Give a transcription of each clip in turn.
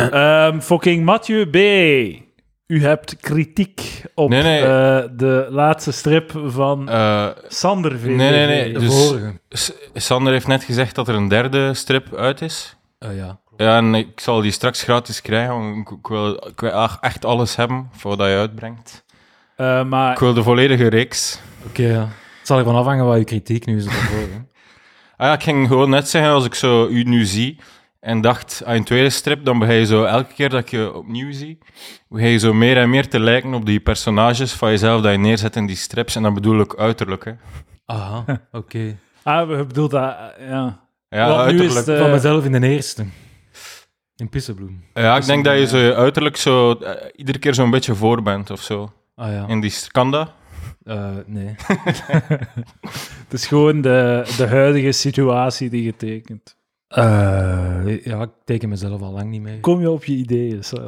Fucking Mathieu B. U hebt kritiek op de laatste strip van Sander VVV. Nee. De Dus vorige. Sander heeft net gezegd dat er een derde strip uit is. Ja. Ja, en ik zal die straks gratis krijgen. Want ik wil echt alles hebben voor dat je uitbrengt. Maar Ik wil de volledige reeks. Oké, ja. Het zal ervan afhangen wat je kritiek nu is op de vorige. Ik ging gewoon net zeggen, als ik zo u nu zie en dacht aan een tweede strip, dan begin je zo elke keer dat ik je opnieuw zie, begin je zo meer en meer te lijken op die personages van jezelf dat je neerzet in die strips. En dat bedoel ik uiterlijk, hè. Aha, oké. we bedoelt dat, ja. Ja, Want nu is uiterlijk. het, Van mezelf in de eerste. In Pissebloem. Ja, ik denk dat je zo uiterlijk zo iedere keer zo'n beetje voor bent of zo. Ah ja. In die kan dat? Nee. Het is gewoon de huidige situatie die je tekent. Ja, ik teken mezelf al lang niet meer. Kom je op je ideeën, Sander?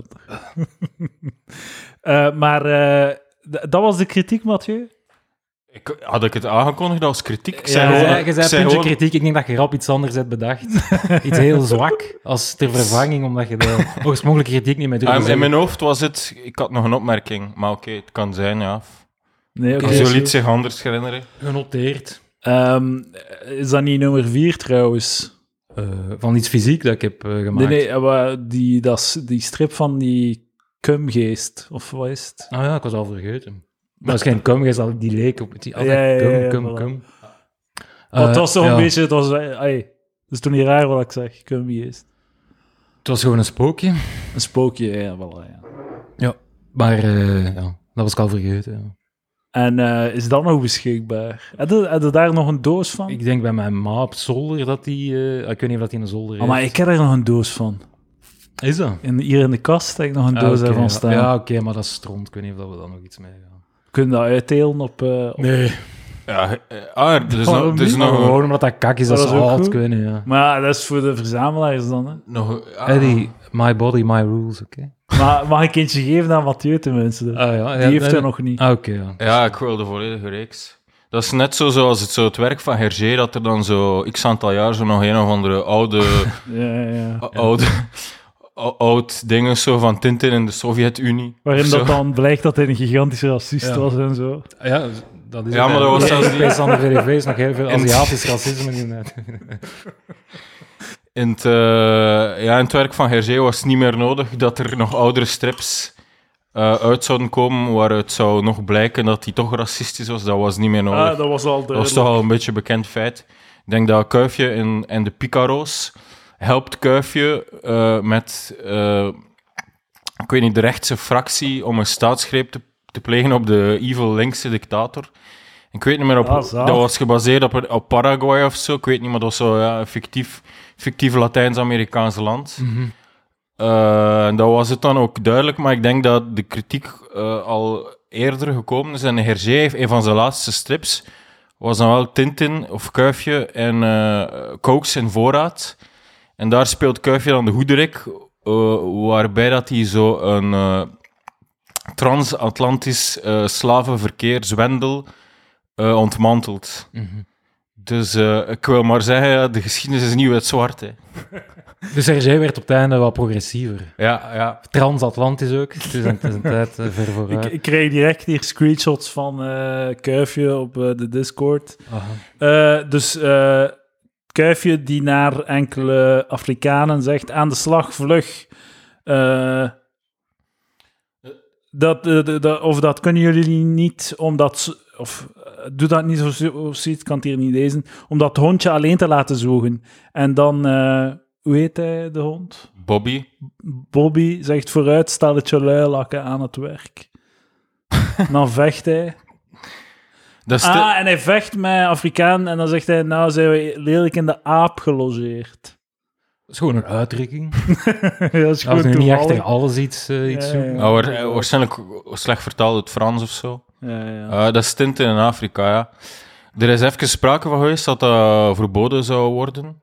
Dat was de kritiek, Mathieu? Had ik het aangekondigd als kritiek? Ik Ja, zei gewoon- je ik zei zei puntje gewoon- kritiek. Ik denk dat je rap iets anders hebt bedacht. Iets heel zwak, als ter vervanging, omdat je de oorspronkelijke kritiek niet meer durfde In zeggen. mijn hoofd was het... Ik had nog een opmerking, maar oké, het kan zijn, ja. Nee, oké. Oké. Zo liet zich anders herinneren. Genoteerd. Is dat niet nummer 4 trouwens? Van iets fysiek dat ik heb gemaakt. Die strip van die kumgeest, of wat is het? Ah ja, ik was al vergeten. Maar het is geen cum, die leek op... Die altijd Ja, cum. voilà. Het was toch een beetje... Het is toch niet raar wat ik zeg, kumgeest. Het was gewoon een spookje. Een spookje, ja, voilà, ja. Ja. Maar dat was ik al vergeten. Ja. En is dat nog beschikbaar? Heb je daar nog een doos van? Ik denk bij mijn ma op zolder dat die... ik weet niet of dat die een zolder heeft. Maar ik heb er nog een doos van. Is dat? Hier in de kast heb ik nog een doos oké, daarvan staan. Ja, oké, maar dat is stront. Ik weet niet of we daar nog iets mee gaan. Kun je dat uitdelen op... Nee. Ja, er is Waarom nog... Er is niet? nog Gewoon omdat dat kak is, dat Dat is is ook oud goed. kunnen, ja. Maar dat is voor de verzamelaars dan, hè. Eddie, my body, my rules, oké? Maar mag ik eentje geven aan Mathieu tenminste? Ja, Die heeft er nog niet. Oké, ja. Ja, ik wil de volledige reeks. Dat is net zo zoals het werk van Hergé, dat er dan zo x aantal jaar zo nog een of andere oud dingen zo van Tintin in de Sovjet-Unie. Waarin of zo. dat dan blijkt dat hij een gigantische racist Ja. was en zo. Ja, dat is Ja, maar dat was zelfs niet- Bij Sander VDV is nog heel veel En- Aziatisch racisme in. In het werk van Hergé was het niet meer nodig dat er nog oudere strips uit zouden komen waaruit zou nog blijken dat hij toch racistisch was. Dat was niet meer nodig. Dat was al Dat was toch al een beetje een bekend feit. Ik denk dat Kuifje en de Picaro's helpt Kuifje met, ik weet niet, de rechtse fractie om een staatsgreep te plegen op de evil linkse dictator. Ik weet niet meer dat was gebaseerd op Paraguay of zo. Ik weet niet, maar dat was zo een fictief Latijns-Amerikaans land. Mhm. En dat was het dan ook duidelijk, maar ik denk dat de kritiek al eerder gekomen is. En Hergé heeft een van zijn laatste strips was dan wel Tintin of Kuifje en Cokes in voorraad. En daar speelt Kuifje dan de goederik, waarbij dat hij zo een transatlantisch slavenverkeer, zwendel, ontmantelt. Mhm. Dus ik wil maar zeggen, de geschiedenis is niet wit-zwart. Hè. Dus Hergé werd op het einde wat progressiever. Ja. Transatlantisch ook. Het is een tijd ver vooruit. Ik krijg direct hier screenshots van Kuifje op de Discord. Aha. Dus Kuifje die naar enkele Afrikanen zegt: aan de slag, vlug. Dat kunnen jullie niet, omdat... Of doe dat niet, of zoiets, kan het hier niet lezen. Om dat hondje alleen te laten zogen. En dan... hoe heet hij, de hond? Bobby. Bobby zegt: vooruit, stelletje luilakken aan het werk. En dan vecht hij. Dat is En hij vecht met Afrikaan en dan zegt hij: nou zijn we lelijk in de aap gelogeerd. Dat is gewoon een uitdrukking. Ja, dat is Als gewoon je niet toevallig. achter alles iets zoeken. Ja. Waarschijnlijk slecht vertaald uit Frans of zo. Ja. Dat is Tintin in Afrika, ja. Er is even sprake van geweest dat dat verboden zou worden.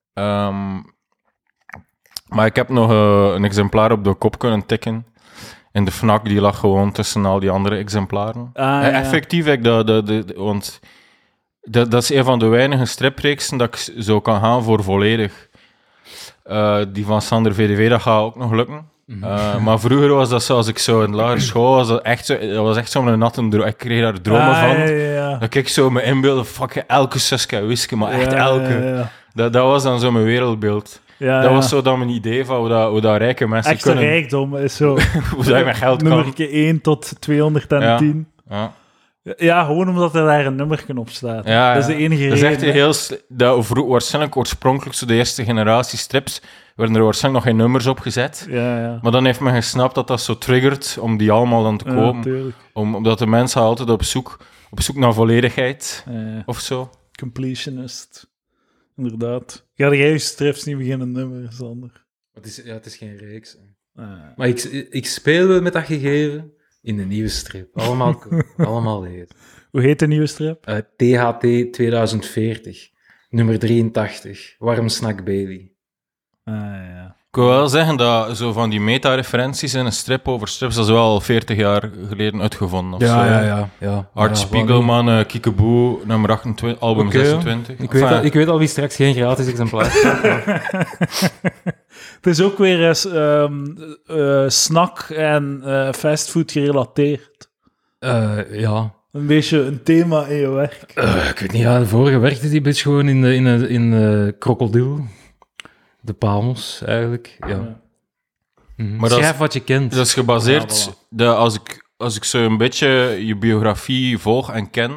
Maar ik heb nog een exemplaar op de kop kunnen tikken. En de FNAC die lag gewoon tussen al die andere exemplaren. Effectief, want dat is een van de weinige stripreeksen dat ik zo kan gaan voor volledig. Die van Sander VDV, dat gaat ook nog lukken. Maar vroeger was dat zo, als ik zo in de lagere school was, dat was echt zo'n natte droom. Ik kreeg daar dromen van. Ja. Dat ik zo me inbeelde, fuck, elke Suske whisky, maar echt elke. Ja. Dat was dan zo mijn wereldbeeld. Dat was zo dan mijn idee van hoe dat rijke mensen Extra kunnen... rijkdom is zo. hoe dat je met geld kan. Nummerke 1 tot 210. Ja. Ja, gewoon omdat er daar een nummerken op staat. Ja, dat is de enige dat is reden. echt waarschijnlijk oorspronkelijk zo de eerste generatie strips werden er waarschijnlijk nog geen nummers op gezet. Ja. Maar dan heeft men gesnapt dat dat zo triggert om die allemaal dan te kopen. Natuurlijk. Omdat de mensen altijd op zoek naar volledigheid of zo. Completionist. Inderdaad. Ga jij je strips niet beginnen nummeren, Sander? Het is geen reeks. Maar ik speel wel met dat gegeven in de nieuwe strip. Allemaal lezen. Hoe heet de nieuwe strip? THT 2040, nummer 83, Warm Snack Bailey. Ja. Ik wil wel zeggen dat zo van die meta-referenties in een strip over strips, dat is wel al 40 jaar geleden uitgevonden. Of zo. Ja. Art Spiegelman, Kiekeboe, nummer 28, album Okay, 26. Ik weet al wie straks geen gratis exemplaar heeft. Het is ook weer snack en fastfood gerelateerd. Ja. Een beetje een thema in je werk. Ik weet niet, de vorige werkte die bitch gewoon in Krokodil. De Palmos, eigenlijk. Ja. Maar Schrijf wat je kent. Dat is gebaseerd... Als ik zo een beetje je biografie volg en ken...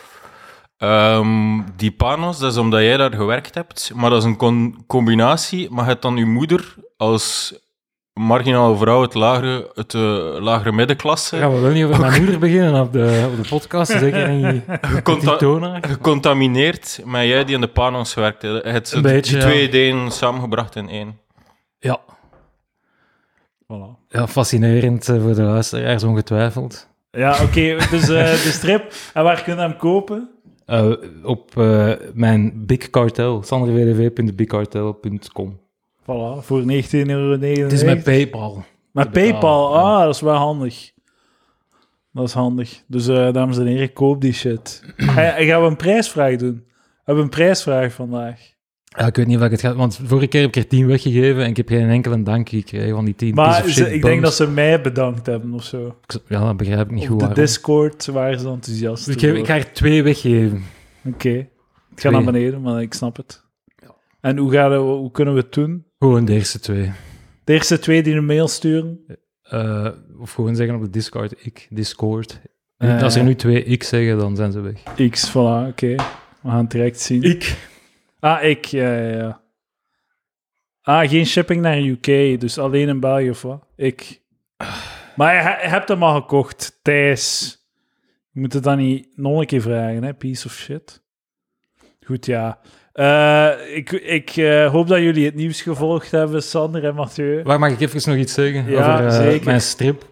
die Panos, dat is omdat jij daar gewerkt hebt, maar dat is een combinatie. Maar je hebt dan je moeder als marginale vrouw, het lagere middenklasse... Gaan we wel niet over mijn moeder beginnen op de podcast, zeker niet gecontamineerd met jij die in de Panos werkte. Het Een beetje, die twee ideeën samengebracht in één. Ja. Voilà. Ja, fascinerend voor de luisteraars, ongetwijfeld. Ja, oké. Dus de strip. En waar kun je hem kopen? Op mijn Big Cartel, sandervdv.bigcartel.com. Voilà, voor €19,99. Het is met PayPal. Met PayPal? Dat is wel handig. Dat is handig. Dus, dames en heren, koop die shit. En gaan we een prijsvraag doen? We hebben een prijsvraag vandaag. Ja, ik weet niet of ik het ga... Want vorige keer heb ik er 10 weggegeven en ik heb geen enkele dank gekregen van die 10. Maar ik denk dat ze mij bedankt hebben of zo. Ja, dat begrijp ik niet op goed de waarom. Discord waren ze enthousiast. Dus ik ga er 2 weggeven. Oké. Ik ga naar beneden, maar ik snap het. Ja. En hoe kunnen we het doen? Gewoon de eerste 2. De eerste 2 die een mail sturen? Of gewoon zeggen op de Discord. En als er nu 2 X zeggen, dan zijn ze weg. X, voilà, oké. We gaan het direct zien. Ik, ja. Geen shipping naar UK, dus alleen in België of wat? Maar je hebt hem al gekocht, Thijs. Je moet het dan niet nog een keer vragen, hè? Piece of shit. Goed, ja. Ik hoop dat jullie het nieuws gevolgd hebben, Sander en Mathieu. Waar mag ik even nog iets zeggen over zeker. mijn strip?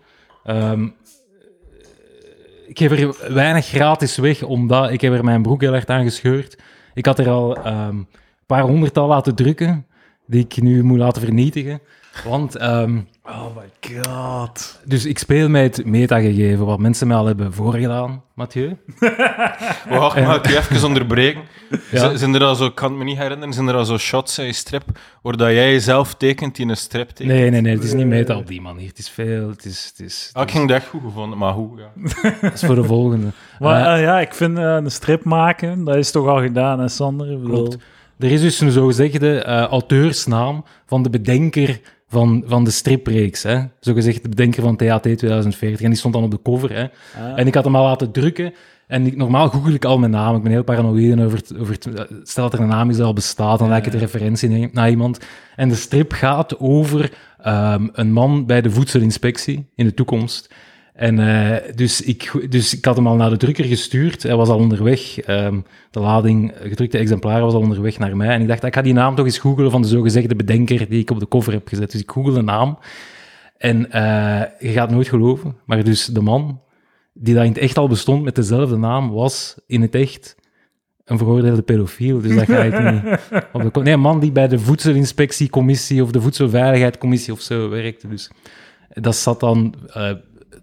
Ik geef er weinig gratis weg, omdat ik heb er mijn broek heel erg aan gescheurd. Ik had er al een paar honderdtal laten drukken, die ik nu moet laten vernietigen. Want... oh my god. Dus ik speel met het metagegeven, wat mensen mij al hebben voorgedaan, Mathieu. Wacht, mag ik je even onderbreken? Ja. Zijn er al zo, ik kan het me niet herinneren, zijn er al zo shots in je strip, waar dat jij jezelf tekent in een strip tekent? Nee, het is niet meta op die manier. Het is veel, het is ik ging het echt goed gevonden, maar hoe? Ja. Dat is voor de volgende. Maar ik vind een strip maken, dat is toch al gedaan, hè, Sander? Ik bedoel... Klopt. Er is dus een zogezegde auteursnaam van de bedenker van de stripreeks, hè. Zogezegd de bedenker van THT 2040. En die stond dan op de cover, hè. En ik had hem al laten drukken. En normaal google ik al mijn naam. Ik ben heel paranoïde over stel dat er een naam is die al bestaat, dan lijkt het een referentie naar iemand. En de strip gaat over een man bij de voedselinspectie in de toekomst. En dus ik had hem al naar de drukker gestuurd. Hij was al onderweg. De lading gedrukte exemplaren was al onderweg naar mij. En ik dacht, ik ga die naam toch eens googlen van de zogezegde bedenker die ik op de cover heb gezet. Dus ik google de naam. En je gaat nooit geloven. Maar dus de man die daar in het echt al bestond met dezelfde naam, was in het echt een veroordeelde pedofiel. Dus dat ga ik niet... Nee, een man die bij de voedselinspectiecommissie of de voedselveiligheidscommissie of zo werkte. Dus dat zat dan...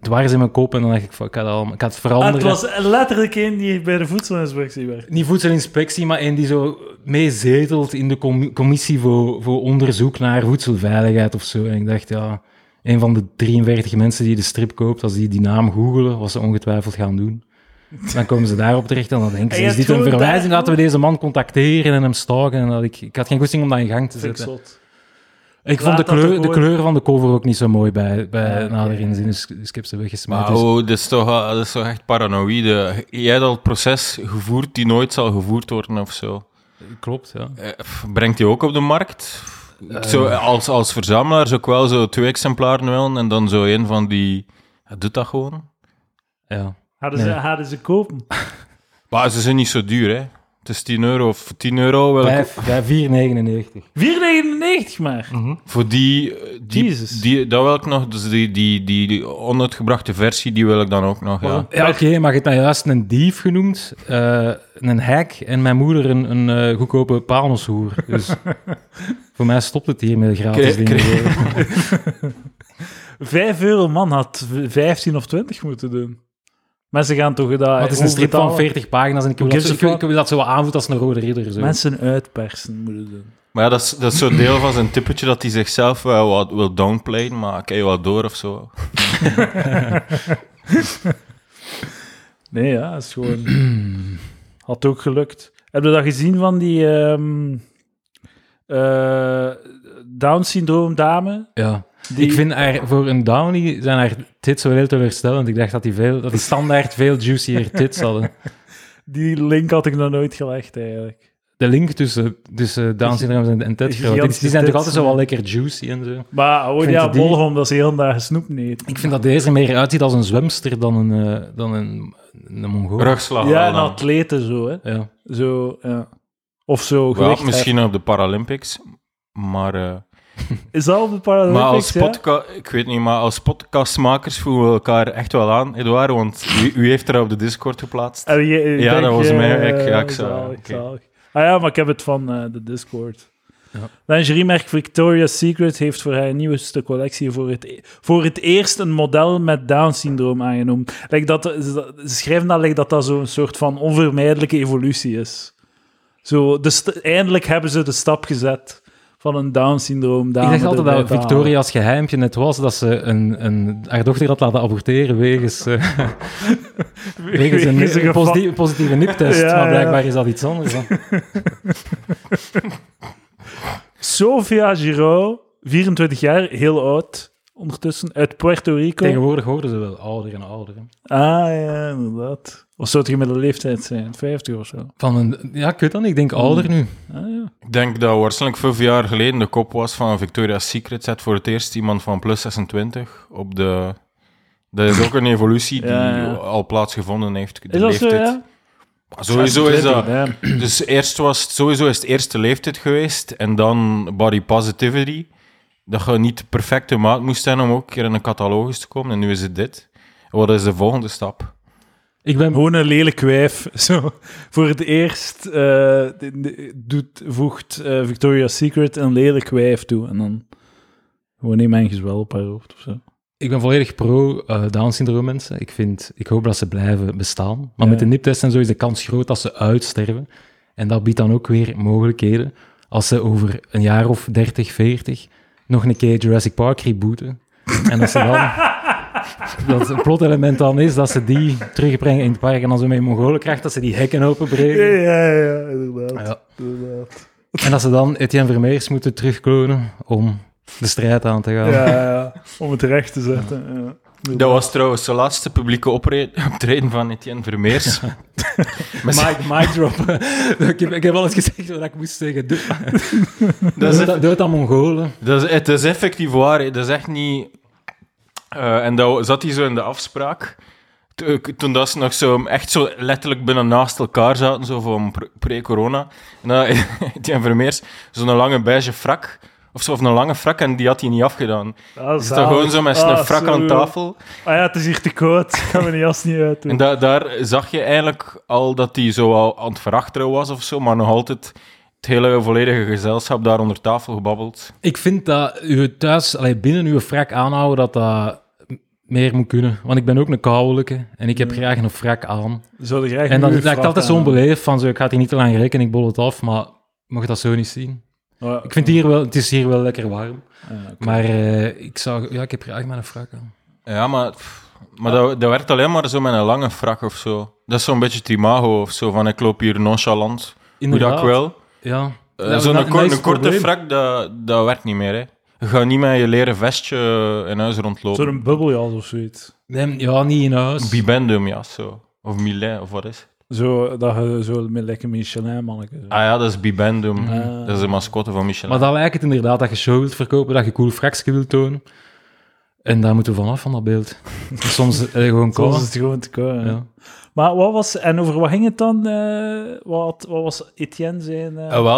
dwars in mijn kop en dan dacht ik, fuck, ik ga het veranderen. Het was letterlijk een die bij de voedselinspectie werkt. Niet voedselinspectie, maar een die zo meezetelt in de commissie voor onderzoek naar voedselveiligheid of zo. En ik dacht, ja, een van de 43 mensen die de strip koopt, als die naam googelen, wat ze ongetwijfeld gaan doen, dan komen ze daarop terecht en dan denken ze, is dit een verwijzing? Laten we deze man contacteren en hem stalken. En dat ik had geen goesting om dat in gang te zetten. Ik vond de kleur van de cover ook niet zo mooi bij nader inzien, dus ik heb ze weggesmeten. Maar dat is toch echt paranoïde. Jij had al het proces gevoerd die nooit zal gevoerd worden of zo. Klopt, ja. Brengt hij ook op de markt? Zo, als verzamelaar zou ik wel zo 2 exemplaren willen en dan zo een van die... Doet dat gewoon? Ja. Hadden ze kopen? Maar ze zijn niet zo duur, hè. Het is €10 of €10. 4,99. 4,99 maar? Mm-hmm. Voor die dat wil ik nog, dus die onuitgebrachte versie, die wil ik dan ook nog, ja. Ja, oké, maar je hebt mij juist een dief genoemd, een hack en mijn moeder een goedkope panoshoer. Dus voor mij stopt het hier met gratis dingen. €5, man, had 15 of 20 moeten doen. Mensen gaan toch dat... Maar het is een strip van 40 pagina's en ik wil dat zo aanvoelt als een rode ridder. Zo. Mensen uitpersen moeten doen. Maar ja, dat is zo'n deel van zijn typetje dat hij zichzelf wel wat wil downplayen, maar kijk je wat door of zo. Nee, ja, dat is gewoon... Had ook gelukt. Heb je dat gezien van die Down-syndroom dame? Ja. Ik vind voor een Downie zijn haar tits wel heel teleurstellend. Ik dacht dat die standaard veel juicier tits hadden. Die link had ik nog nooit gelegd, eigenlijk. De link tussen Down-syndroom en titgrootte, die zijn toch altijd zo wel lekker juicy en zo. Maar ja, Bolgom, dat is heel dag snoep niet. Ik vind dat deze meer uitziet als een zwemster dan een Mongool. Rugslag. Ja, een atlete zo, hè. Ja. Zo, ja. Of zo gewicht. Ja, misschien op de Paralympics, maar... Is dat op de Paralympics, maar ik weet niet, maar als podcastmakers voelen we elkaar echt wel aan, Edouard, want u heeft er op de Discord geplaatst. Ja, dat was mij. Ik zou. Ah ja, maar ik heb het van de Discord. Ja. Lingeriemerk Victoria's Secret heeft voor haar nieuwste collectie voor het eerst een model met Down-syndroom aangenomen. Ze schrijven dat zo'n soort van onvermijdelijke evolutie is. Zo, dus eindelijk hebben ze de stap gezet van een Down-syndroom. Ik dacht altijd dat Victoria's geheimpje net was dat ze haar dochter had laten aborteren wegens een positieve niptest. Ja, maar blijkbaar is dat iets anders. Sofia Giraud, 24 jaar, heel oud ondertussen, uit Puerto Rico. Tegenwoordig worden ze wel ouder en ouder. Hè. Ah ja, inderdaad. Of zou het gemiddelde leeftijd zijn? 50 of zo? Ik weet dat niet. Ik denk ouder nu. Ah, ja. Ik denk dat waarschijnlijk 5 jaar geleden de kop was van Victoria's Secret set voor het eerst iemand van plus 26 op de... Dat is ook een evolutie die al plaatsgevonden heeft. Is dat zo, ja? Sowieso is dat... Ja. Dus sowieso is het eerste leeftijd geweest en dan body positivity. Dat je niet de perfecte maat moest zijn om ook een keer in een catalogus te komen. En nu is het dit. Wat is de volgende stap? Ik ben gewoon een lelijk wijf. Zo, voor het eerst voegt Victoria's Secret een lelijk wijf toe. En dan gewoon een mijn gezwel op haar hoofd of zo. Ik ben volledig pro Down-syndroom mensen. Ik hoop dat ze blijven bestaan. Maar met de niptest en zo is de kans groot dat ze uitsterven. En dat biedt dan ook weer mogelijkheden. Als ze over een jaar of 30, 40 nog een keer Jurassic Park rebooten. En dat ze dan... dat het plotelement dan is dat ze die terugbrengen in het park en dan zo met Mongolenkracht dat ze die hekken openbreken. Ja, inderdaad. Inderdaad. En dat ze dan Etienne Vermeers moeten terugklonen om de strijd aan te gaan. Ja, om het recht te zetten. Ja. Dat was trouwens de laatste publieke optreden van Etienne Vermeers. Mic drop. Ik heb al eens gezegd wat ik moest zeggen. Doe het aan Mongolen. Het is effectief waar. Dat is echt niet... en dat zat hij zo in de afspraak. Toen dat ze nog zo echt zo letterlijk binnen naast elkaar zaten, zo van pre-corona. En dan Etienne Vermeers, zo'n lange beige frak... Of een lange frak en die had hij niet afgedaan. Is dat gewoon zo met een frak aan tafel? Ah ja, het is hier te koud. Ik ga mijn jas niet uit doen. En daar zag je eigenlijk al dat hij zo al aan het verachteren was of zo, maar nog altijd het hele volledige gezelschap daar onder tafel gebabbeld. Ik vind dat u thuis binnen uw frak aanhouden, dat meer moet kunnen. Want ik ben ook een kouwelijke en ik heb graag een frak aan. Zou je graag En dan nu is dat frak altijd zo'n aan? beleef van, zo, ik ga het hier niet te lang rekken, ik bol het af, maar mag je dat zo niet zien. Ik vind het is hier wel lekker warm. oké. Maar ik heb graag mijn frak aan. Ja, maar dat werkt alleen maar zo met een lange frak of zo. Dat is zo'n beetje het imago of zo, van ik loop hier nonchalant. Inderdaad. Hoe dat ik wil. Ja. Zo'n dat is het korte probleem. frak, dat werkt niet meer, hè. Je gaat niet met je leren vestje in huis rondlopen. Zo'n bubbeljas of zoiets. Nee, ja, niet in huis. Bibendum, ja, zo. Of Millet, of wat is het? Zo, dat je zo met lekker Michelin-manneke... zo. Ah ja, dat is Bibendum. Ah. Dat is de mascotte van Michelin. Maar dan lijkt het inderdaad dat je show wilt verkopen, dat je cool frakje wilt tonen. En daar moeten we vanaf, van dat beeld. Soms gewoon Soms komen. is het gewoon te komen. Ja. Maar wat was... En over wat ging het dan? Wat was Etienne zijn...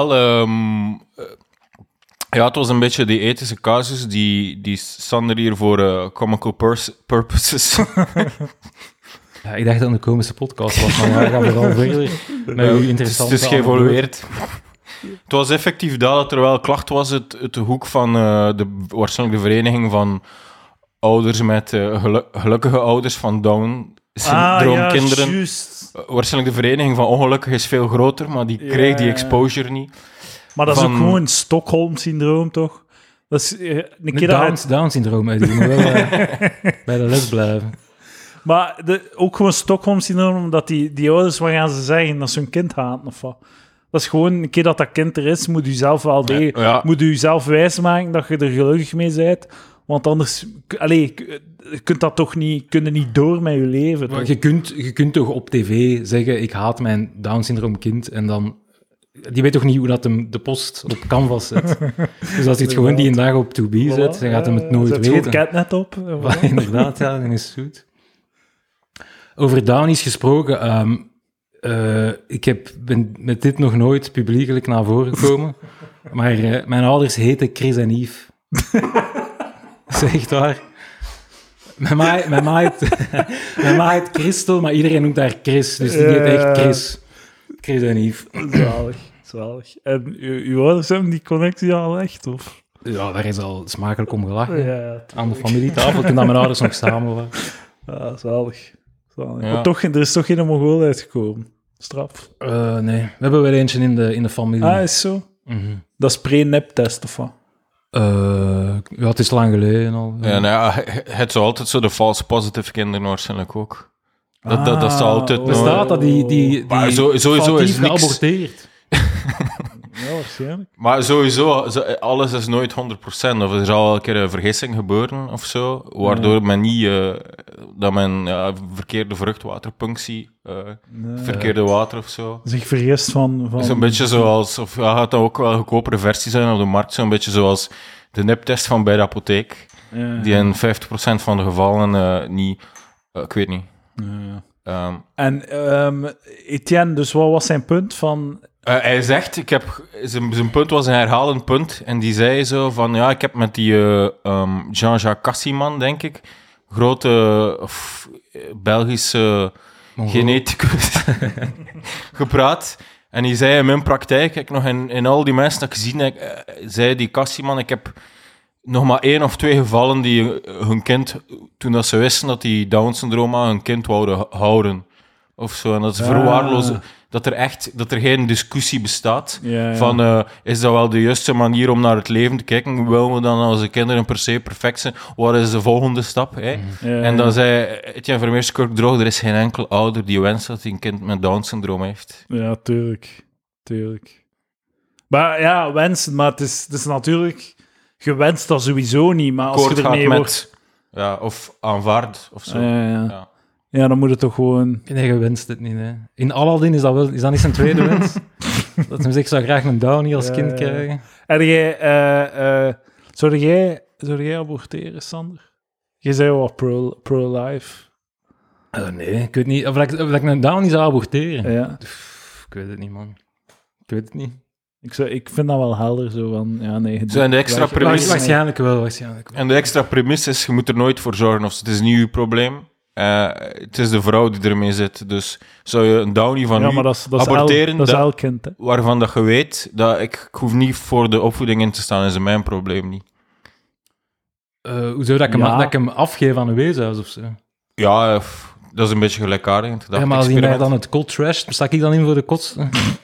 Ja, het was een beetje die ethische casus die Sander hier voor comical purposes... Ja, ik dacht dat het een komische podcast was, maar ja, gaan we vooral verder met uw interessante Het is geëvolueerd. Het was effectief dat er wel klacht was uit de hoek van waarschijnlijk de vereniging van ouders met gelukkige ouders van Down-syndroomkinderen. juist. Waarschijnlijk de vereniging van ongelukkig is veel groter, maar die kreeg die exposure niet. Maar dat is Van- ook gewoon Stockholm-syndroom, toch? Dat is een keer dat je- Down-syndroom, je moet wel bij de les blijven. Maar ook gewoon Stockholm-syndroom, omdat die ouders, wat gaan ze zeggen, dat ze hun kind haten of wat? Dat is gewoon, een keer dat kind er is, moet u zelf wel Ja. moet u zelf wijsmaken dat je er gelukkig mee bent. Want anders, je kunt dat toch niet, kun je niet door met je leven. Maar toch? je kunt toch op tv zeggen, ik haat mijn Down-syndroom kind, en dan... Die weet toch niet hoe dat hem de post op canvas zet. Dus als hij het gewoon die een dag op to be zet, dan gaat hij het nooit Zet weten. Cat net op. Ja, inderdaad, ja, dan is het goed. Over Downies gesproken, ben met dit nog nooit publiekelijk naar voren gekomen, maar mijn ouders heten Chris en Yves. Dat is echt waar. Mijn ma heet Christel, maar iedereen noemt haar Chris, dus die heet echt Chris. Chris en Yves. Zalig. En uw ouders hebben die connectie al echt, of? Ja, daar is al smakelijk om gelachen. Ja, Aan de familietafel, toen dat mijn ouders nog samen waren. zalig. Ja. Maar toch, er is toch geen Mongool uitgekomen. Straf. Nee, we hebben wel eentje in de familie. Ah, is zo? Mhm. Dat is pre-nep-test, of wat? Ja, het is lang geleden al. Ja, nou ja, het is altijd zo de false positive kinderen waarschijnlijk ook. Dat is altijd... Bestaat dat die Maar sowieso foutief is niks... geaborteerd? Ja, waarschijnlijk. Maar sowieso, alles is nooit 100%. Of er is al een keer een vergissing gebeuren of zo, waardoor men niet... dat men verkeerde vruchtwaterpunctie, verkeerde water of zo. Zich vergist van... Zo'n beetje zoals... Of gaat dat ook wel een goedkopere versie zijn op de markt, zo'n beetje zoals de niptest van bij de apotheek, die in 50% van de gevallen niet... ik weet niet. En Etienne, dus wat was zijn punt van... Hij zegt, zijn punt was een herhalend punt, en die zei zo van, ja, ik heb met die Jean-Jacques Cassiman, denk ik, grote Belgische geneticus, gepraat. En die zei in mijn praktijk, ik nog in al die mensen dat ik gezien heb, zei die Cassiman, ik heb nog maar 1 of 2 gevallen die hun kind, toen dat ze wisten dat die Down-syndroom aan hun kind wouden houden, of zo. En dat ze verwaarlozen, dat er geen discussie bestaat van, is dat wel de juiste manier om naar het leven te kijken? Willen we dan als de kinderen per se perfect zijn? Wat is de volgende stap? Hè? En dan zei Etienne Vermeers-Kurkdroog, er is geen enkel ouder die wenst dat hij een kind met Down-syndroom heeft. Ja, tuurlijk. Maar ja, wensen, maar het is natuurlijk... Gewenst dat sowieso niet, maar als je ermee wordt... Ja, of aanvaard, of zo. Ja. Ja, dan moet het toch gewoon... Nee, je wenst het niet. Hè. In Aladdin is dat niet zijn tweede wens. Dat hij zegt, ik zou graag een Downie als kind krijgen. En zou jij aborteren, Sander? Je zei wel pro-life. Nee, ik weet niet. Of dat ik een Downie zou aborteren. Ja. Ik weet het niet, man. Ik weet het niet. Ik vind dat wel helder, zo van... Ja, nee, Zo, en de extra premisse... Waarschijnlijk wel. En de extra premisse is, je moet er nooit voor zorgen. Of het is niet uw probleem. Het is de vrouw die ermee zit. Dus zou je een Downie van u aborteren, dat is elk kind, hè. Waarvan dat je weet, dat ik hoef niet voor de opvoeding in te staan, is mijn probleem niet. Hoezo dat Ja. ik hem afgeef aan een weeshuis of zo? Ja, dat is een beetje gelijkaardig. Een Ja, maar als hij mij gedachte-experiment. dan het kot trasht, sta ik dan in voor de kots?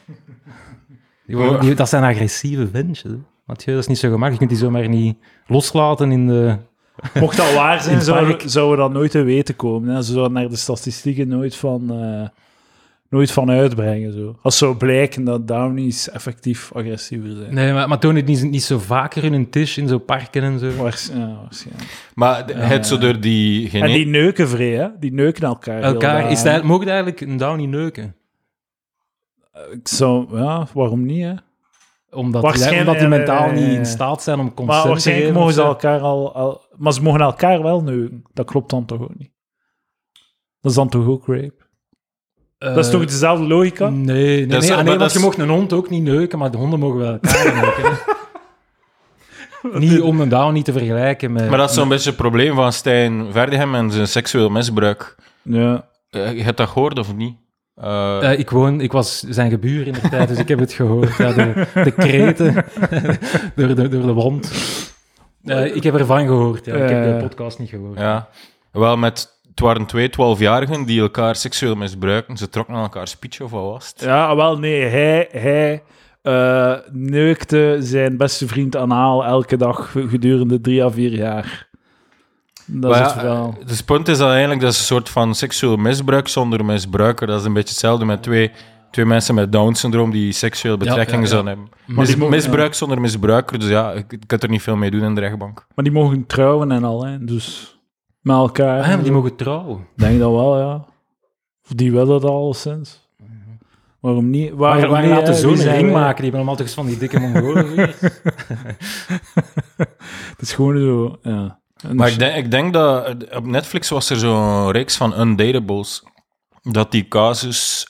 Dat zijn agressieve ventjes. Hè. Mathieu, dat is niet zo gemakkelijk. Je kunt die zomaar niet loslaten in de... Mocht dat waar zijn, In het park. zouden we dat nooit te weten komen. Hè. Ze zouden naar de statistieken nooit van uitbrengen. Zo. Als zou blijken dat Downies effectief agressiever zijn. Nee, maar toon het niet zo vaker in een tisch, in zo'n parken en zo? Waarschijnlijk. Maar het zo door die... En die neuken vrij, hè? Die neuken elkaar. heel graag. Mogen die eigenlijk een Downie neuken? Ik zou... Ja, waarom niet, hè? Omdat die mentaal niet in staat zijn om consent Maar te waarschijnlijk geven mogen of ze zo. elkaar al... Maar ze mogen elkaar wel neuken. Dat klopt dan toch ook niet? Dat is dan toch ook rape? Dat is toch dezelfde logica? Nee, Dat is- nee, maar want dat je is- mocht een hond ook niet neuken, maar de honden mogen wel elkaar neuken. Hè. Niet om een Downie te vergelijken met... Maar dat is zo'n beetje het probleem van Stijn Verdegem en zijn seksueel misbruik. Ja. Je hebt dat gehoord of niet? Ik was zijn gebuur in de tijd, dus ik heb het gehoord. Ja, de kreten door de wand. Ik heb ervan gehoord, ja. Ik heb de podcast niet gehoord. Ja. Wel, het waren 2 12-jarigen die elkaar seksueel misbruiken. Ze trokken aan elkaar speech of wat was het? Ja, wel nee. Hij neukte zijn beste vriend anaal elke dag gedurende 3 à 4 jaar. Dat is Maar het ja, verhaal. dus het punt is dat eigenlijk dat is een soort van seksueel misbruik zonder misbruiker. Dat is een beetje hetzelfde met twee mensen met Down-syndroom die seksuele betrekkingen ja. zouden hebben. Maar die mogen- Misbruik zonder misbruiker, dus ja, je kunt er niet veel mee doen in de rechtbank. Maar die mogen trouwen en al, hè. Dus met elkaar. Maar die mogen trouwen. Ik denk dat wel, ja. Of die willen dat al sinds. Waarom niet? Waarom Waar niet, laten hè? zo'n Wie zijn ring wij? maken? Die hebben allemaal toch van die dikke Mongolen. Het is gewoon zo, ja. En Maar dus- ik denk dat op Netflix was er zo'n reeks van Undatables. Dat die casus...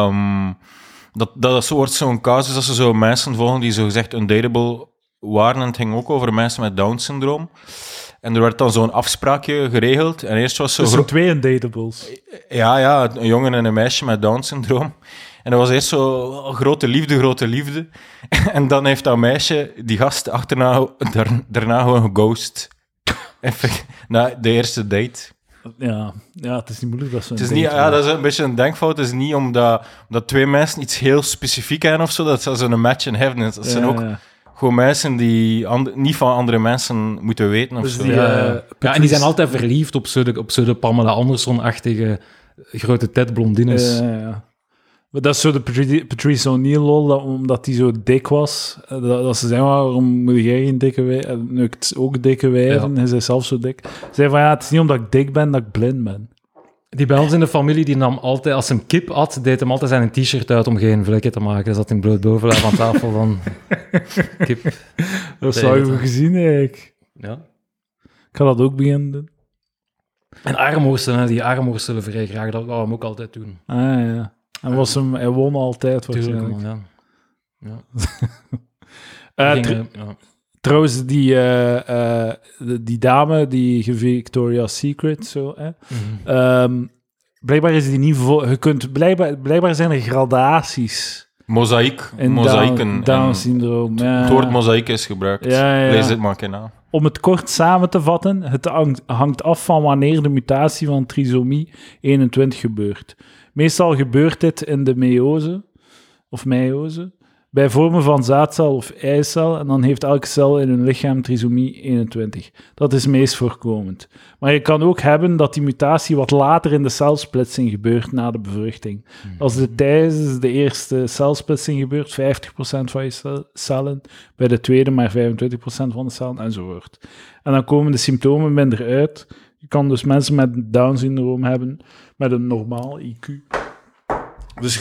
dat wordt zo'n casus dat ze zo mensen volgen die zogezegd undateable waren. En het ging ook over mensen met Down-syndroom. En er werd dan zo'n afspraakje geregeld. En eerst was zo... Er zijn 2 undatables. Ja, een jongen en een meisje met Down-syndroom. En dat was eerst zo grote liefde. En dan heeft dat meisje die gast daarna gewoon geghost. Even na de eerste date. Ja, het is niet moeilijk dat ze Het is niet, ja, dat is een beetje een denkfout. Het is niet omdat 2 mensen iets heel specifiek hebben of zo, dat ze een match in heaven is. Dat zijn ook gewoon mensen die niet van andere mensen moeten weten of Dus zo. die, Ja, en die zijn altijd verliefd op zo'n Pamela Anderson-achtige grote Ted blondines. Ja. Maar dat is zo de Patrice O'Neill lol, omdat hij zo dik was. Dat ze zeggen, waarom moet jij geen dikke wijven? Nu ik het ook dikke wijven, hij is zelf zo dik. Ze zei van, het is niet omdat ik dik ben, dat ik blind ben. Die bij ons in de familie, die nam altijd, als hij een kip had, deed hem altijd zijn t-shirt uit om geen vlekken te maken. Hij zat in bloot bovenlijf aan tafel van kip. Dat zou je gezien, eigenlijk. Ja. Ik ga dat ook beginnen doen. En armworstelen, die armworstelen vrij graag, dat wou hem ook altijd doen. Ja. Hij won altijd Tuurlijk, waarschijnlijk. man, ja. Trouwens, die dame, die Victoria's Secret, zo, hè. Blijkbaar is die niet je kunt blijkbaar zijn er gradaties Mozaïek. in Mozaïeken. Down-syndroom. Ja. Het woord mozaïek is gebruikt. Ja. Lees het maar een keer na. Om het kort samen te vatten, het hangt af van wanneer de mutatie van trisomie 21 gebeurt. Meestal gebeurt dit in de meiose, bij vormen van zaadcel of eicel, en dan heeft elke cel in hun lichaam trisomie 21. Dat is meest voorkomend. Maar je kan ook hebben dat die mutatie wat later in de celsplitsing gebeurt na de bevruchting. Als dit tijdens de eerste celsplitsing gebeurt, 50% van je cellen, bij de tweede maar 25% van de cellen, enzovoort. En dan komen de symptomen minder uit. Je kan dus mensen met Down-syndroom hebben met een normaal IQ. Dus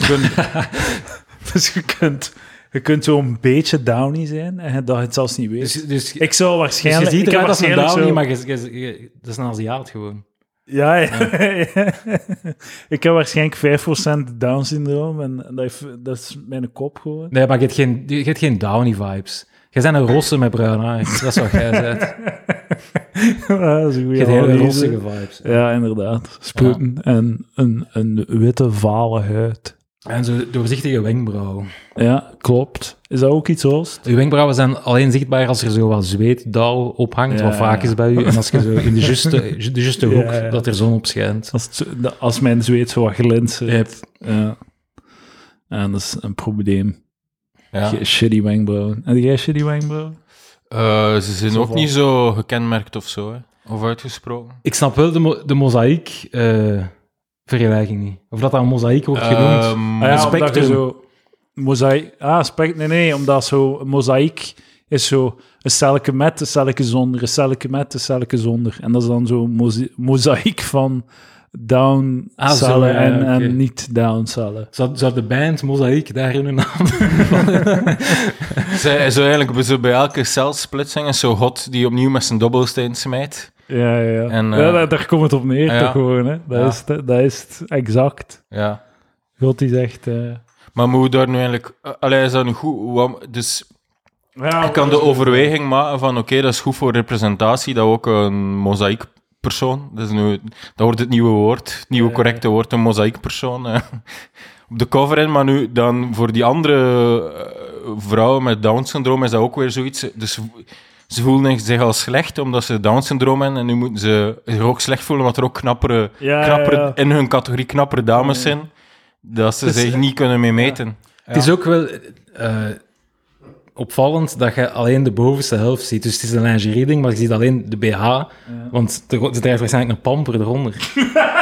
je kunt zo'n beetje Downy zijn en dat je het zelfs niet weet. Dus Ik zou waarschijnlijk... je ziet ik heb eruit als een waarschijnlijk Downy, zo- maar dat is een Aziat gewoon. Ja. Ik heb waarschijnlijk 5% Down-syndroom en dat is mijn kop gewoon. Nee, maar je hebt geen Downy-vibes. Jij bent een rosse met bruin haar. Dat is wat jij bent. Ja, dat is een Je goede hebt hele analyse. rossige vibes. Ja, inderdaad. Sproeten en een witte, vale huid. En zo doorzichtige wenkbrauwen. Ja, klopt. Is dat ook iets, Oost? Je wenkbrauwen zijn alleen zichtbaar als er zo wat zweetdauw ophangt, Ja, wat vaak is bij u. En als je zo in de juiste hoek, dat er zon op schijnt. Als mijn zweet zo wat glinstert. Yep. Ja. En dat is een probleem. Ja. Shitty wenkbrauwen. Heb jij shitty wenkbrauwen? Ze zijn Zo ook van. niet zo gekenmerkt of zo, hè? Of uitgesproken. Ik snap wel de mozaïek vergelijking niet. Of dat een mozaïek wordt genoemd. Omdat je spectrum. zo... Mozaïek... Nee, omdat zo... Een mozaïek is zo... Een celletje met, een celletje zonder, een celletje met, een celletje zonder. En dat is dan zo mozaïek van Down-cellen en niet-Down-cellen. Zou de band mozaïek daar hun naam? Zo eigenlijk zo bij elke celsplitsing is zo God die opnieuw met zijn dobbelsteen smijt. Ja. En, Daar komt het op neer, ja. toch gewoon, hè. Dat is het exact. Ja. God die zegt... Maar moet je daar nu eigenlijk... is dat nu goed? Dus Ja, ik kan de overweging maken van oké, dat is goed voor representatie, dat we ook een mozaïekpersoon, dat wordt het nieuwe woord, het nieuwe correcte woord, een mozaïekpersoon, op de cover in, maar nu dan voor die andere vrouwen met Down-syndroom is dat ook weer zoiets, dus ze voelen zich al slecht omdat ze Down-syndroom hebben en nu moeten ze zich ook slecht voelen omdat er ook knappere in hun categorie knappere dames zijn, dat ze zich niet kunnen mee meten. Ja. Het is ook wel opvallend dat je alleen de bovenste helft ziet. Dus het is een lingerie-ding, maar je ziet alleen de BH. Want ze draagt waarschijnlijk een pamper eronder.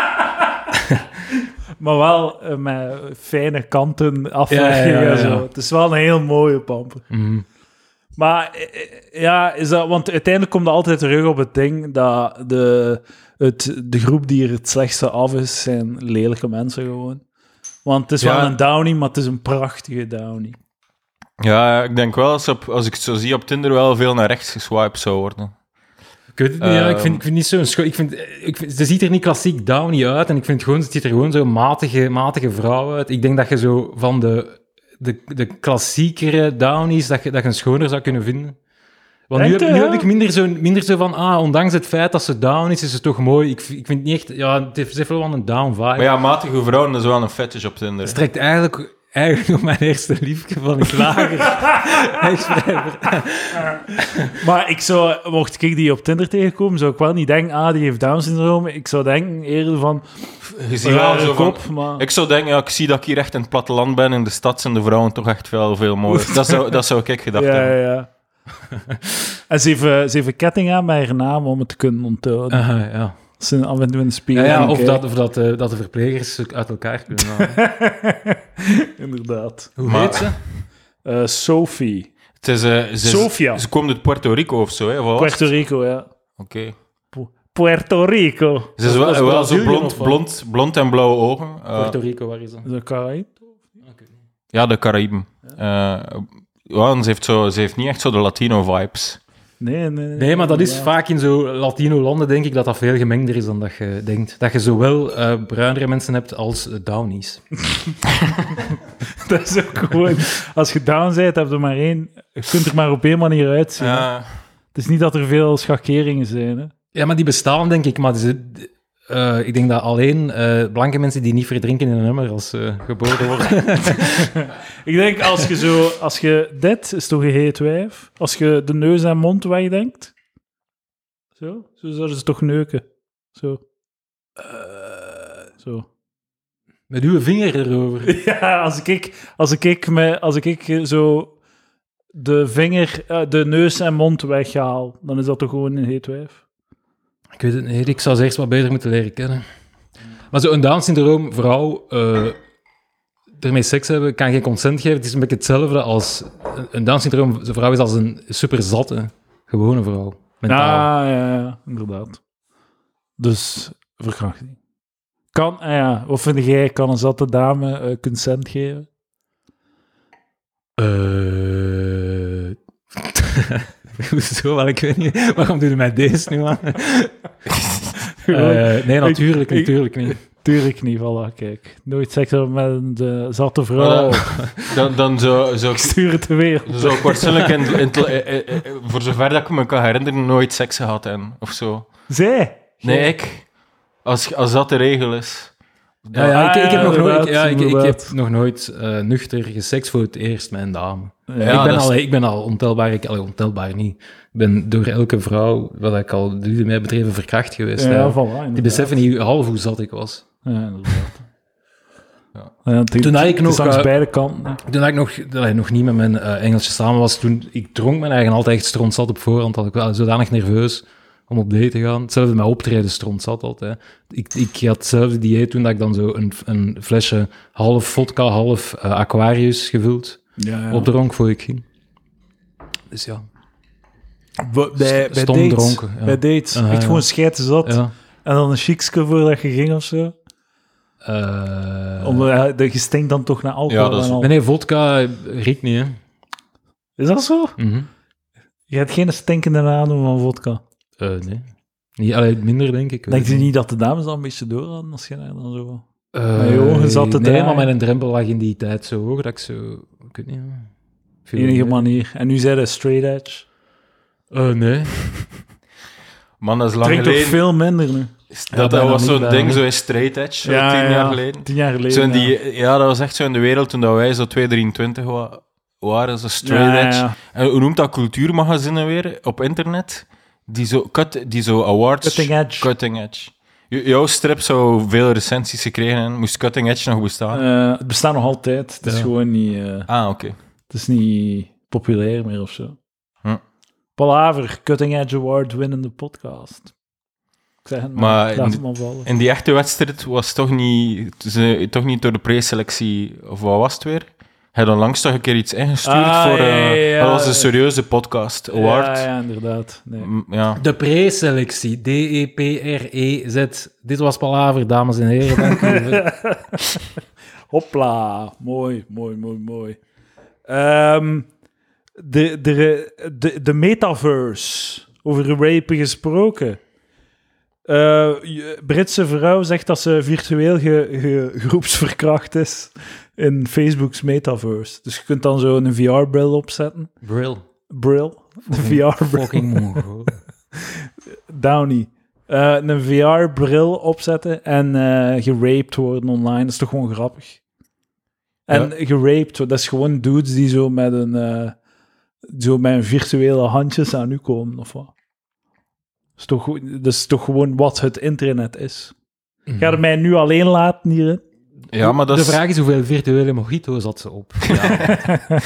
Maar wel met fijne kanten afwerking en zo. Het is wel een heel mooie pamper. Mm. Maar is dat... Want uiteindelijk komt het altijd terug op het ding dat de groep die er het slechtste af is, zijn lelijke mensen gewoon. Want het is wel een downie, maar het is een prachtige downie. Ja, ik denk wel, als ik het zo zie op Tinder, wel veel naar rechts geswiped zou worden. Ik weet het niet, ik vind niet zo'n ze ziet er niet klassiek downy uit en ik vind gewoon, het ziet er gewoon zo'n matige vrouw uit. Ik denk dat je zo van de klassiekere downies, dat je een schoner zou kunnen vinden. Want nu heb ik minder zo van, ondanks het feit dat ze down is het toch mooi. Ik vind het niet echt, het heeft wel een down vibe. Maar ja, matige vrouwen, dat is wel een fetish op Tinder. Het trekt eigenlijk op mijn eerste liefje van iets lager. Maar mocht ik die op Tinder tegenkomen, zou ik wel niet denken, die heeft Down-syndroom. Ik zou denken eerder van... Je ziet wel zo kop, van... maar... Ik zou denken, ik zie dat ik hier echt in het platteland ben, in de stad zijn de vrouwen toch echt wel veel mooier. Dat zou ik gedacht hebben. Ja. En ze heeft ketting aan met haar naam om het te kunnen onthouden. Ja. Ze af en toe in de spiegel. Of dat de verplegers uit elkaar kunnen halen. Inderdaad. Hoe heet ze? Sophie. Het is, Sofia. Ze komt uit Puerto Rico of zo, hè? Puerto Rico, ja. Oké. Puerto Rico. Ze is wel zo blond en blauwe ogen. Puerto Rico, waar is dat? De Caraïbe? Ja, de Caraïben. Ze heeft niet echt zo de Latino-vibes. Nee, maar dat is vaak in zo Latino-landen, denk ik, dat veel gemengder is dan dat je denkt. Dat je zowel bruinere mensen hebt als downies. Dat is ook gewoon... Als je down bent, heb je maar één... Je kunt er maar op één manier uitzien. Het is niet dat er veel schakeringen zijn, hè. Ja, maar die bestaan, denk ik. Maar ik denk dat alleen blanke mensen die niet verdrinken in een nummer als ze geboren worden. Ik denk, als je dit is toch een heet wijf? Als je de neus en mond wegdenkt, zo zouden ze toch neuken. Zo. Met uw vinger erover. Ja, als ik zo de vinger, de neus en mond weghaal, dan is dat toch gewoon een heet wijf? Ik weet het niet. Ik zou ze eerst wat beter moeten leren kennen. Maar zo'n Down-syndroom vrouw ermee seks hebben, kan geen consent geven. Het is een beetje hetzelfde als... Een Down-syndroom vrouw is als een super zatte, gewone vrouw. Mentaal. Ja, inderdaad. Dus verkrachting. Of vind jij, kan een zatte dame consent geven? Hoezo? Wel, ik weet niet. Waarom doe je mij deze nu aan? Nee, natuurlijk niet. Tuurlijk niet, voilà, kijk. Nooit seks hebben met een zatte vrouw. Dan zou ik stuur het de wereld. Zou ik waarschijnlijk, voor zover dat ik me kan herinneren, nooit seks gehad hebben, of zo. Zij? Nee, ik. Als dat de regel is. Ja, ik heb nog nooit, inderdaad. ik heb nog nooit nuchter geseks voor het eerst met een dame. Ja, Ik ben al ontelbaar, ontelbaar niet. Ik ben door elke vrouw, wat ik al de mij bedreven, verkracht geweest. Ja, hè. voilà, Die inderdaad. beseffen niet half hoe zat ik was. Ja, inderdaad. Ja. Toen had ik nog, langs beide kanten. Toen ik nog niet met mijn Engelsje samen was, toen ik dronk mijn eigen altijd echt strontzat op voorhand, had ik wel zodanig nerveus om op date te gaan. Hetzelfde met optreden strontzat altijd. Ik had hetzelfde dieet toen dat ik dan zo een flesje half vodka, half Aquarius gevuld opdronk voor ik ging. Dus ja. Bij Stom dates. dronken. Ja. Bij dates. Aha, Echt ja. gewoon scheiden zat. Ja. En dan een chicske voordat je ging of zo. Je stinkt dan toch naar alcohol. Ja, dat is- en al. Nee, vodka riekt niet, hè. Is dat zo? Mhm. Je hebt geen stinkende naam van vodka. Nee. Niet, minder, denk ik. Denk je niet dat de dames dan een beetje door hadden als je daar dan zo... Uh, Nee, joh, je zat te nee, draaien. maar mijn drempel lag in die tijd zo hoog dat ik zo... Ik weet niet, ja. Veel enige meer. manier. En nu zei hij straight edge. Nee. Man, dat is lang Drink toch geleden. veel minder nu. Dat bijna was niet, zo'n bijna ding, niet. zo in straight edge, zo 10 jaar geleden. 10 jaar geleden, Zo in ja. dat was echt zo in de wereld toen dat wij zo 23 waren, zo straight Ja, edge. ja. En hoe noemt dat cultuurmagazinnen weer op internet? Die zo awards... Cutting Edge. Jouw strip zou veel recensies gekregen hebben. Moest Cutting Edge nog bestaan? Het bestaat nog altijd. Het is Ja. gewoon niet... Oké. Het is niet populair meer of zo. Hm. Palaver, Cutting Edge Award winnende podcast. Ik zeg het Maar laat het maar vallen. In die echte wedstrijd was toch niet door de preselectie... Of wat was het weer? Hij had onlangs toch een keer iets ingestuurd voor... ja. Dat was een serieuze podcast award. Ja, inderdaad. Nee. Ja. De preselectie. DEPREZ. Dit was Palaver, dames en heren. Dank u. Hopla. Mooi. De metaverse. Over rapen gesproken. Britse vrouw zegt dat ze virtueel groepsverkracht is in Facebook's metaverse. Dus je kunt dan zo een VR-bril opzetten. Bril? Een VR-bril. Fucking mongool. Downey. Een VR-bril opzetten en geraped worden online. Dat is toch gewoon grappig? En geraped, dat is gewoon dudes die zo met een virtuele handjes aan u komen, of wat? Dat is toch gewoon wat het internet is. Ga je mij nu alleen laten hierin? Ja, maar dat De is... vraag is hoeveel virtuele mojito's had ze op. Ja.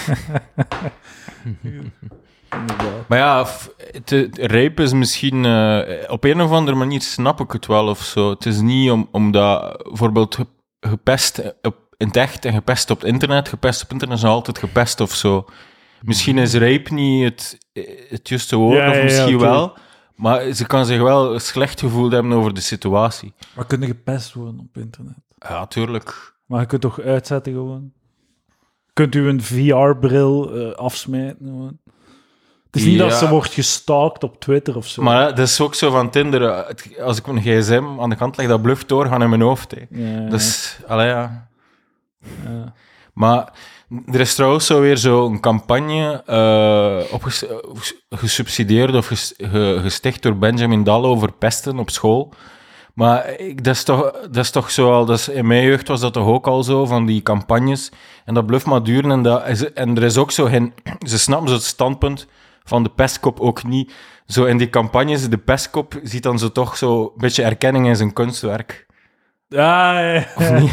Maar ja, rape is misschien... op een of andere manier snap ik het wel of zo. Het is niet omdat bijvoorbeeld gepest in het echt en gepest op het internet. Gepest op internet is nog altijd gepest of zo. Misschien is rape niet het juiste woord, Ja, of misschien oké. wel. Maar ze kan zich wel slecht gevoeld hebben over de situatie. Maar kun je gepest worden op internet? Ja, tuurlijk. Maar je kunt toch uitzetten gewoon? Kunt u een VR-bril afsmijten gewoon? Het is niet Ja. dat ze wordt gestalkt op Twitter of zo. Maar dat is ook zo van Tinder. Als ik mijn gsm aan de kant leg, dat bluft doorgaan in mijn hoofd. Hè. Ja, Dus, allee, ja. ja. Maar er is trouwens zo weer zo'n campagne gesubsidieerd of gesticht door Benjamin Dalle over pesten op school. Maar dat is toch zo al... in mijn jeugd was dat toch ook al zo, van die campagnes. En dat blijft maar duren. En er is ook zo geen... Ze snappen zo het standpunt van de pestkop ook niet. Zo in die campagnes, de pestkop ziet dan zo toch zo een beetje erkenning in zijn kunstwerk. Ja.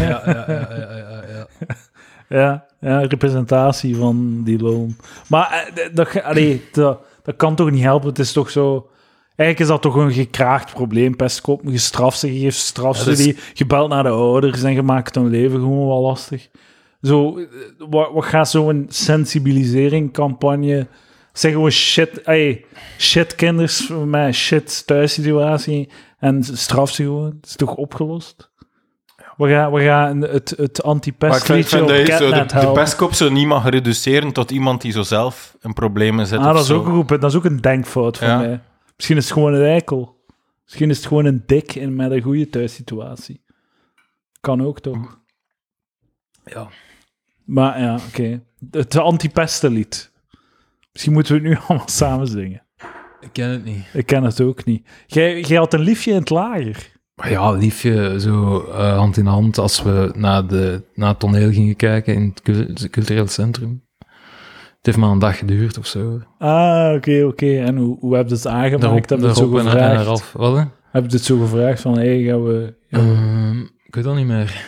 Ja. Ja, representatie van die loon. Maar dat kan toch niet helpen? Het is toch zo... Eigenlijk is dat toch een gekraagd probleem, pestkop. Je straft ze, je geeft straf ze, die, je belt naar de ouders en je maakt hun leven gewoon wel lastig. Zo, wat gaat zo'n sensibiliseringscampagne... Zeg gewoon shit kinders met een shit thuissituatie en straf ze gewoon. Het is toch opgelost? We gaan het Maar ik anti-pestliedje op vind dat je zo Catnet de helpen. pestkop zo niet mag reduceren tot iemand die zo zelf een probleem zet. Dat of is zo. ook goed, dat is ook een denkfout van Ja. mij. Misschien is het gewoon een eikel. Misschien is het gewoon een dik met een goede thuissituatie. Kan ook, toch? Ja. Maar ja, oké. Het anti-pestenlied. Misschien moeten we het nu allemaal samen zingen. Ik ken het niet. Ik ken het ook niet. Jij had een liefje in het lager. Ja, liefje, zo hand in hand als we naar het toneel gingen kijken in het cultureel centrum. Het heeft maar een dag geduurd of zo. Ah, oké. En hoe heb je het aangemaakt? Heb je het zo gevraagd? Wat, hè? Heb je het zo gevraagd van, gaan we... Ik weet dat niet meer.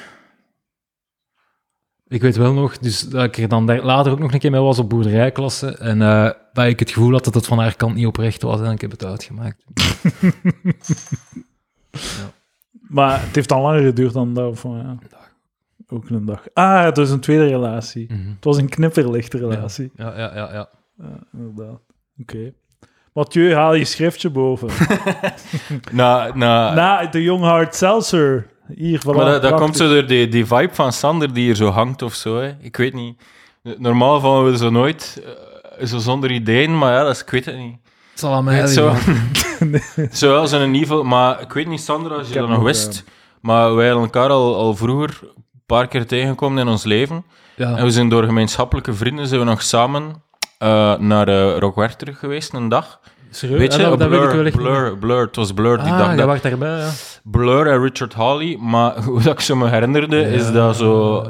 Ik weet wel nog, dus dat ik er dan later ook nog een keer mee was op boerderijklasse en dat ik het gevoel had dat het van haar kant niet oprecht was en ik heb het uitgemaakt. Ja. Maar het heeft al langer geduurd dan dat. Of, ja. Ook een dag. Ah, het was een tweede relatie. Mm-hmm. Het was een knipperlichte relatie. Ja. Inderdaad. Oké. Mathieu, haal je schriftje boven. Na de Young Hard Seltzer. Hier, voilà, maar dat komt zo door die vibe van Sander die hier zo hangt of zo. Hè. Ik weet niet. Normaal vallen we zo nooit zo zonder ideeën, maar ja, ik weet het niet. Het zal aan mij zo wel zo'n niveau, maar ik weet niet, Sander, als je dat nog wist, maar wij hadden elkaar al vroeger een paar keer tegengekomen in ons leven. Ja. En we zijn door gemeenschappelijke vrienden zijn we nog samen naar Rock Werchter geweest, een dag. Serieus? Weet je, Blur. Het was Blur die dag. Ja, wacht daarbij, ja. Blur en Richard Hawley, maar hoe dat ik zo me herinnerde, is dat zo...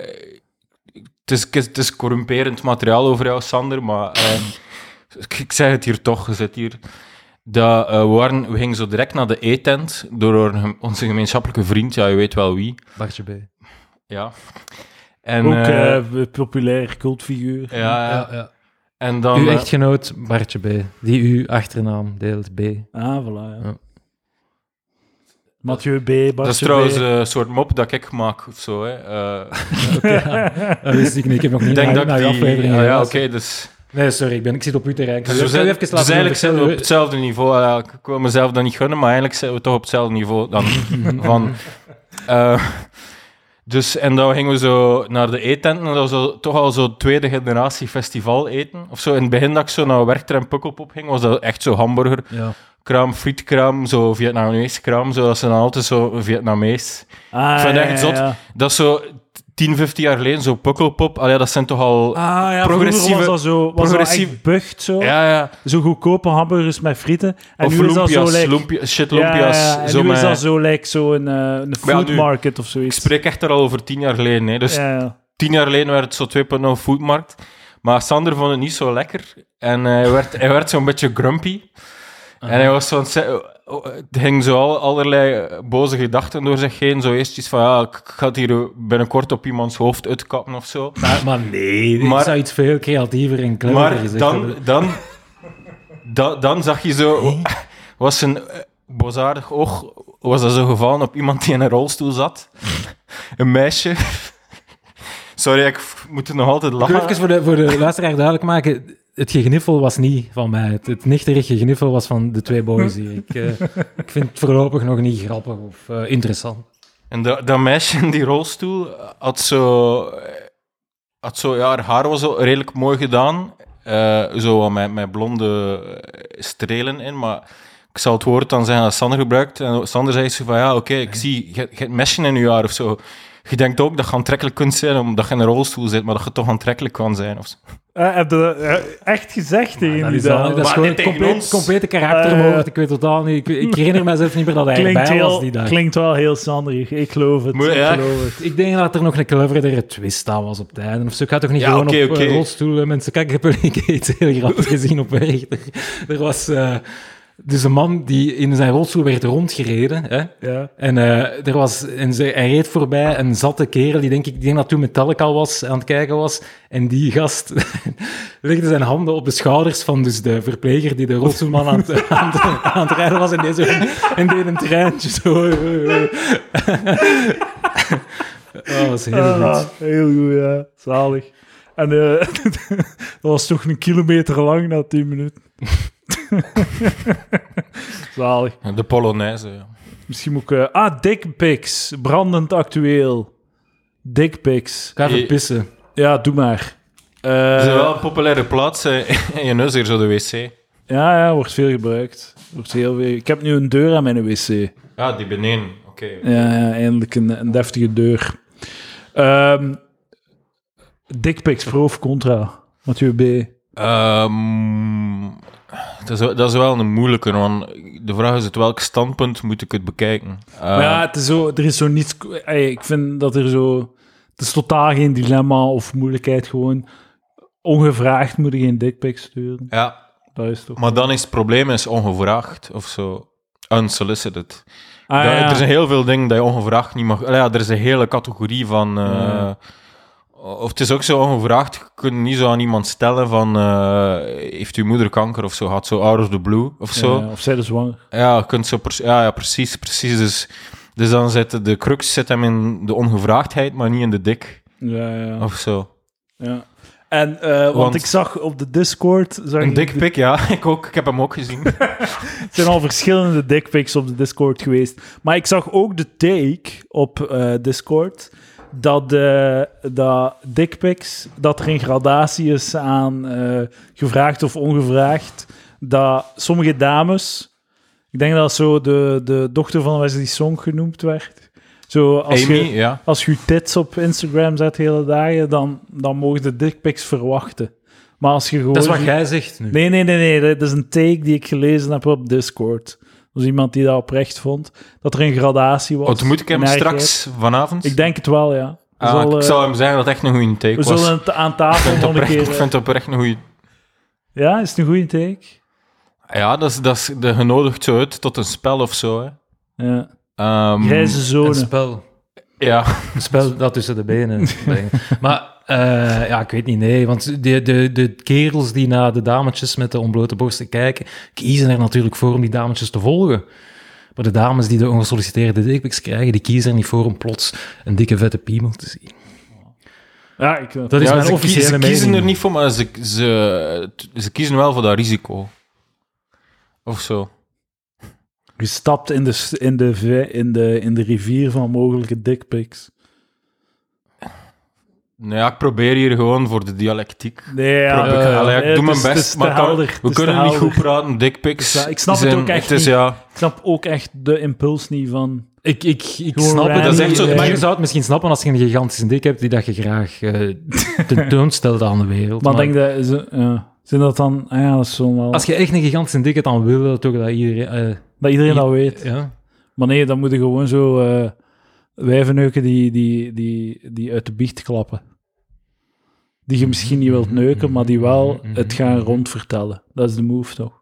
Het is corrumperend materiaal over jou, Sander, maar ik zeg het hier toch, je zit hier. We gingen zo direct naar de E-tent door onze gemeenschappelijke vriend, ja, je weet wel wie. Bartje B. Ja. En, ook populair cultfiguur. Ja. En dan, uw echtgenoot Bartje B, die uw achternaam deelt, B. Ah, voilà, ja. Mathieu B, Bartje B. Dat is trouwens een soort mop dat ik maak, of zo, hè. Dat wist ik niet, ik heb nog niet naar de aflevering ja, oké, dus... Nee, sorry, ik zit op u te rijden. Dus eigenlijk zijn we op hetzelfde niveau. Ik wil mezelf dat niet gunnen, maar eigenlijk zijn we toch op hetzelfde niveau dan van... Dus, en dan gingen we zo naar de eetenten, en dat was toch al zo'n tweede generatie festival eten. Of zo. In het begin dat ik zo naar Werchter en Pukkelpop ging, was dat echt zo hamburgerkraam, frietkraam, zo Vietnamese kraam, zo, dat ze dan altijd zo Vietnamees. Ik vind echt zot. Dat is zo 10, 15 jaar geleden, zo Pukkelpop, dat zijn toch al progressieve... Was dat echt bucht, zo. Ja. Zo goedkope hamburgers met frieten. En of nu is dat zo, lumpia's. En nu is dat zo, een food market of zoiets. Ik spreek echt er al over 10 jaar geleden, hè. Dus 10 jaar geleden werd het zo 2.0 foodmarkt. Maar Sander vond het niet zo lekker. En hij werd zo'n beetje grumpy. En hij was zo het ging zo allerlei boze gedachten door zich heen. Zo eerst iets van, ik ga het hier binnenkort op iemands hoofd uitkappen of zo. Maar nee, ik zou iets veel creatiever en cleverer zeggen. Maar dan zag je zo... Was een bozaardig oog... Was dat zo gevallen op iemand die in een rolstoel zat? Een meisje. Sorry, ik moet er nog altijd lachen. Ik wil even voor de luisteraar duidelijk maken... Het gegniffel was niet van mij. Het nichterig gegniffel was van de twee boys hier. Ik vind het voorlopig nog niet grappig of interessant. En dat meisje in die rolstoel had zo haar haar was zo redelijk mooi gedaan. Zo met blonde strelen in, maar ik zal het woord dan zeggen dat Sander gebruikt. En Sander zei zo van, oké, ik zie, je hebt mesje in je haar of zo. Je denkt ook dat je aantrekkelijk kunt zijn omdat je in een rolstoel zit, maar dat je toch aantrekkelijk kan zijn. Of zo. Heb je echt gezegd tegen die dat is gewoon het complete karaktermoord. Ik weet totaal niet. Ik herinner mezelf niet meer dat hij erbij was die dag. Klinkt wel heel Sanderig. Ik geloof het. Ik denk dat er nog een cleverdere twist aan was op het einde. Of zo. Ik ga toch niet gewoon op rolstoelen mensen... Kijk, ik heb iets heel grappigs gezien op Werchter. Er was... Dus een man die in zijn rolstoel werd rondgereden. Hè? Ja. En, hij reed voorbij een zatte kerel die denk dat toen Metallica was, aan het kijken was. En die gast legde zijn handen op de schouders van dus de verpleger die de rolstoelman aan het rijden was. En deed een treintje zo. Dat was heel goed. Heel goed, ja. Zalig. En dat was toch een kilometer lang na 10 minuten. Zalig. De Polonaise, ja. Misschien moet ik... dickpics. Brandend actueel. Dickpics. Ga even pissen. Ja, doe maar. Het is wel een populaire plaats in je neus hier, zo de wc. Ja, wordt veel gebruikt. Ik heb nu een deur aan mijn wc. Ja, die beneden. Oké. Ja, eindelijk een deftige deur. Dickpics, pro of contra? Mathieu B. Dat is wel een moeilijke, want de vraag is uit welk standpunt moet ik het bekijken? Maar ja, er is zo niets... ik vind dat er zo... Het is totaal geen dilemma of moeilijkheid, gewoon... Ongevraagd moet je geen dickpic sturen. Ja, Dat is toch... maar dan is het probleem ongevraagd of zo. Unsolicited. ja. Er zijn heel veel dingen dat je ongevraagd niet mag... er is een hele categorie van... Of het is ook zo ongevraagd, je kunt niet zo aan iemand stellen van... heeft uw moeder kanker of zo? Gaat zo out of the blue of zo? Ja, of zij is zwanger. Ja, je kunt zo... precies. Dus dan zit de crux hem in de ongevraagdheid, maar niet in de dik. Ja. Of zo. Ja. En, want ik zag op de Discord... Een dickpic, ja. Ik ook. Ik heb hem ook gezien. Er zijn al verschillende dickpics op de Discord geweest. Maar ik zag ook de take op Discord... dat dickpics... dat er een gradatie is aan gevraagd of ongevraagd. Dat sommige dames... Ik denk dat zo de dochter van Wesley Song genoemd werd... Zo, als je tits op Instagram zet hele dagen, dan mogen de dickpics verwachten. Maar als je gewoon... Dat is wat jij zegt nu. Nee. Dat is een take die ik gelezen heb op Discord. Dus iemand die dat oprecht vond. Dat er een gradatie was. Moet ik hem straks vanavond? Ik denk het wel, ja. Ik zal hem zeggen dat het echt een goede take was. We zullen het aan tafel nog een keer... Ik vind het oprecht een goede... Ja, is het een goede take? Ja, dat is de genodigd zo uit tot een spel of zo, hè. Ja. Grijze zone. Een spel. Ja. Een spel dat tussen de benen. Maar ik weet niet, nee. Want de kerels die naar de dametjes met de ontblote borsten kijken, kiezen er natuurlijk voor om die dametjes te volgen. Maar de dames die de ongesolliciteerde dickpics krijgen, die kiezen er niet voor om plots een dikke vette piemel te zien. Ja, dat is mijn officiële mening. Ze kiezen er niet voor, maar ze kiezen wel voor dat risico. Of zo. Je stapt in de rivier van mogelijke dickpics. Nou ja, ik probeer hier gewoon voor de dialectiek. Nee, ik doe mijn best, maar we kunnen niet goed praten. Dickpics. Ik snap het ook echt niet. Ik snap ook echt de impuls niet van... Ik snap het. Dat is echt zo, maar je zou het misschien snappen als je een gigantische dik hebt die dat je graag tentoonstelt aan de wereld. Maar denk dat... zijn dat dan... dat is zo wel... Als je echt een gigantische dik hebt, dan wil je toch dat iedereen... dat iedereen dat weet. Ja. Maar nee, dan moet je gewoon zo... wijvenneuken die uit de biecht klappen. Die je misschien niet wilt neuken, maar die wel het gaan rondvertellen. Dat is de move, toch?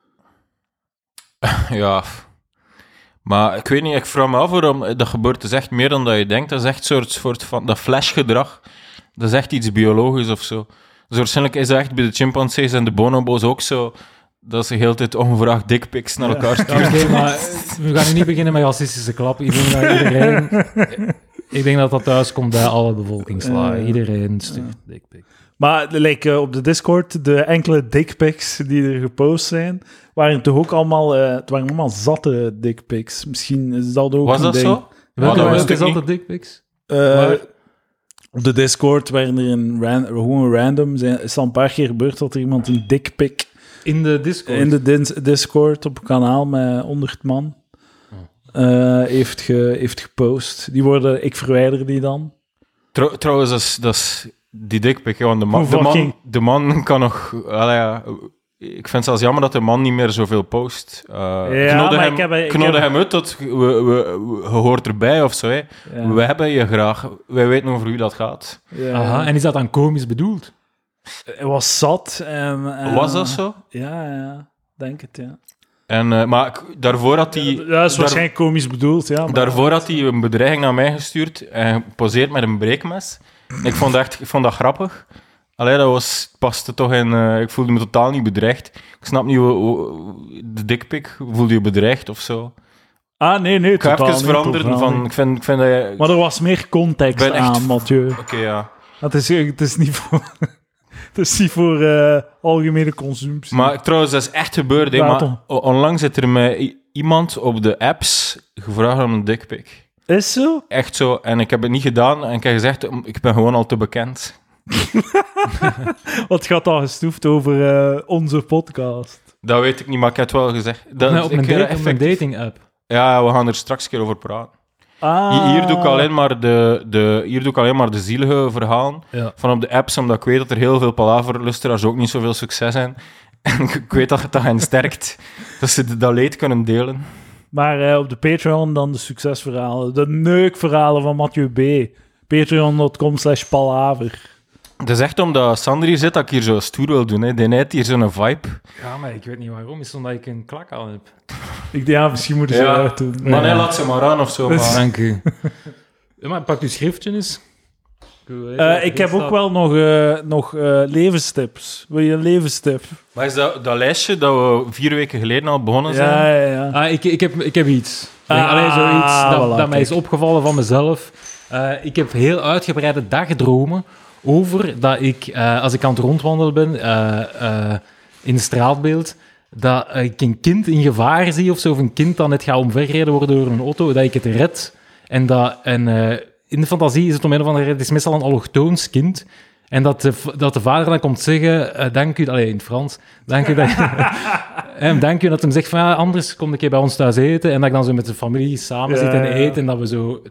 Ja. Maar ik weet niet, ik vraag me af waarom dat gebeurt. Het is echt meer dan dat je denkt. Dat is echt een soort van... Dat flashgedrag, dat is echt iets biologisch of zo. Dus waarschijnlijk is dat echt bij de chimpansees en de bonobo's ook zo... Dat ze de hele tijd ongevraagd dickpics naar elkaar sturen. Ja, maar we gaan nu niet beginnen met racistische klappen. Ik denk dat thuis komt bij alle bevolkingslagen. Iedereen stuurt dickpics. Maar op de Discord, de enkele dickpics die er gepost zijn, waren toch ook allemaal... het waren allemaal zatte dickpics. Misschien is dat ook was een dat ding. zo? Welke zatte dickpics? Op de Discord waren er gewoon random... is al een paar keer gebeurd dat er iemand een dickpic... In de Discord? In de Discord op een kanaal met 100 man heeft gepost. Ik verwijder die dan. Trouwens, dat is die dickpic. De man kan nog... Ik vind het zelfs jammer dat de man niet meer zoveel post. Knodde hem uit tot... Je hoort erbij of zo. Hè. Ja. We hebben je graag. Wij weten over wie dat gaat. Ja. Aha, en is dat dan komisch bedoeld? Hij was zat. Was dat zo? Ja, denk het, ja. En, maar daarvoor had hij... Ja, dat is waarschijnlijk komisch bedoeld, ja. Maar daarvoor had hij een bedreiging naar mij gestuurd en geposeerd met een breekmes. Ik vond dat grappig. Allee, dat paste toch in... ik voelde me totaal niet bedreigd. Ik snap niet de dickpic. Voelde je bedreigd of zo? Nee, ik ga even veranderen van... Ik vind dat je... Maar er was meer context aan, Mathieu. Oké, ja. Het is niet voor... Het is niet voor algemene consumptie. Maar trouwens, dat is echt gebeurd. Maar onlangs zit er mij iemand op de apps gevraagd om een dickpic. Is zo? Echt zo. En ik heb het niet gedaan. En ik heb gezegd, ik ben gewoon al te bekend. Wat gaat dan gestoefd over onze podcast? Dat weet ik niet, maar ik heb het wel gezegd. Op een dating-app? Ja, we gaan er straks een keer over praten. Hier doe ik alleen maar de zielige verhalen van op de apps, omdat ik weet dat er heel veel palaverlusteraars ook niet zoveel succes zijn. En ik weet dat het hen sterkt. Dat ze dat leed kunnen delen. Maar op de Patreon dan de succesverhalen. De neukverhalen van Mathieu B. Patreon.com/palaver. Het is echt omdat Sander hier zit dat ik hier zo stoer wil doen. Hè. Die heeft hier zo'n vibe. Ja, maar ik weet niet waarom. Is het omdat ik een klak aan heb? Ik denk, misschien moeten ze uit doen. Maar nee, laat ze maar aan of zo. Maar. Dank u. Ja, maar pak uw schriftje eens. Ik heb ook wel nog levenstips. Wil je een levenstip? Maar is dat lijstje dat we 4 weken geleden al begonnen zijn? Ja. Ah, ik heb iets. Alleen zoiets dat voilà, mij is opgevallen van mezelf. Ik heb heel uitgebreide dagdromen over dat ik, als ik aan het rondwandelen ben in straatbeeld, dat ik een kind in gevaar zie of zo, of een kind dat net gaat omvergereden worden door een auto, dat ik het red. En in de fantasie is het om een of andere reden, het is meestal een allochtoons kind. En dat de vader dan komt zeggen, dank u, in het Frans, dank u, dank u dat hem zegt van, ja, anders kom ik bij ons thuis eten. En dat ik dan zo met de familie samen zit en eet. En dat we zo...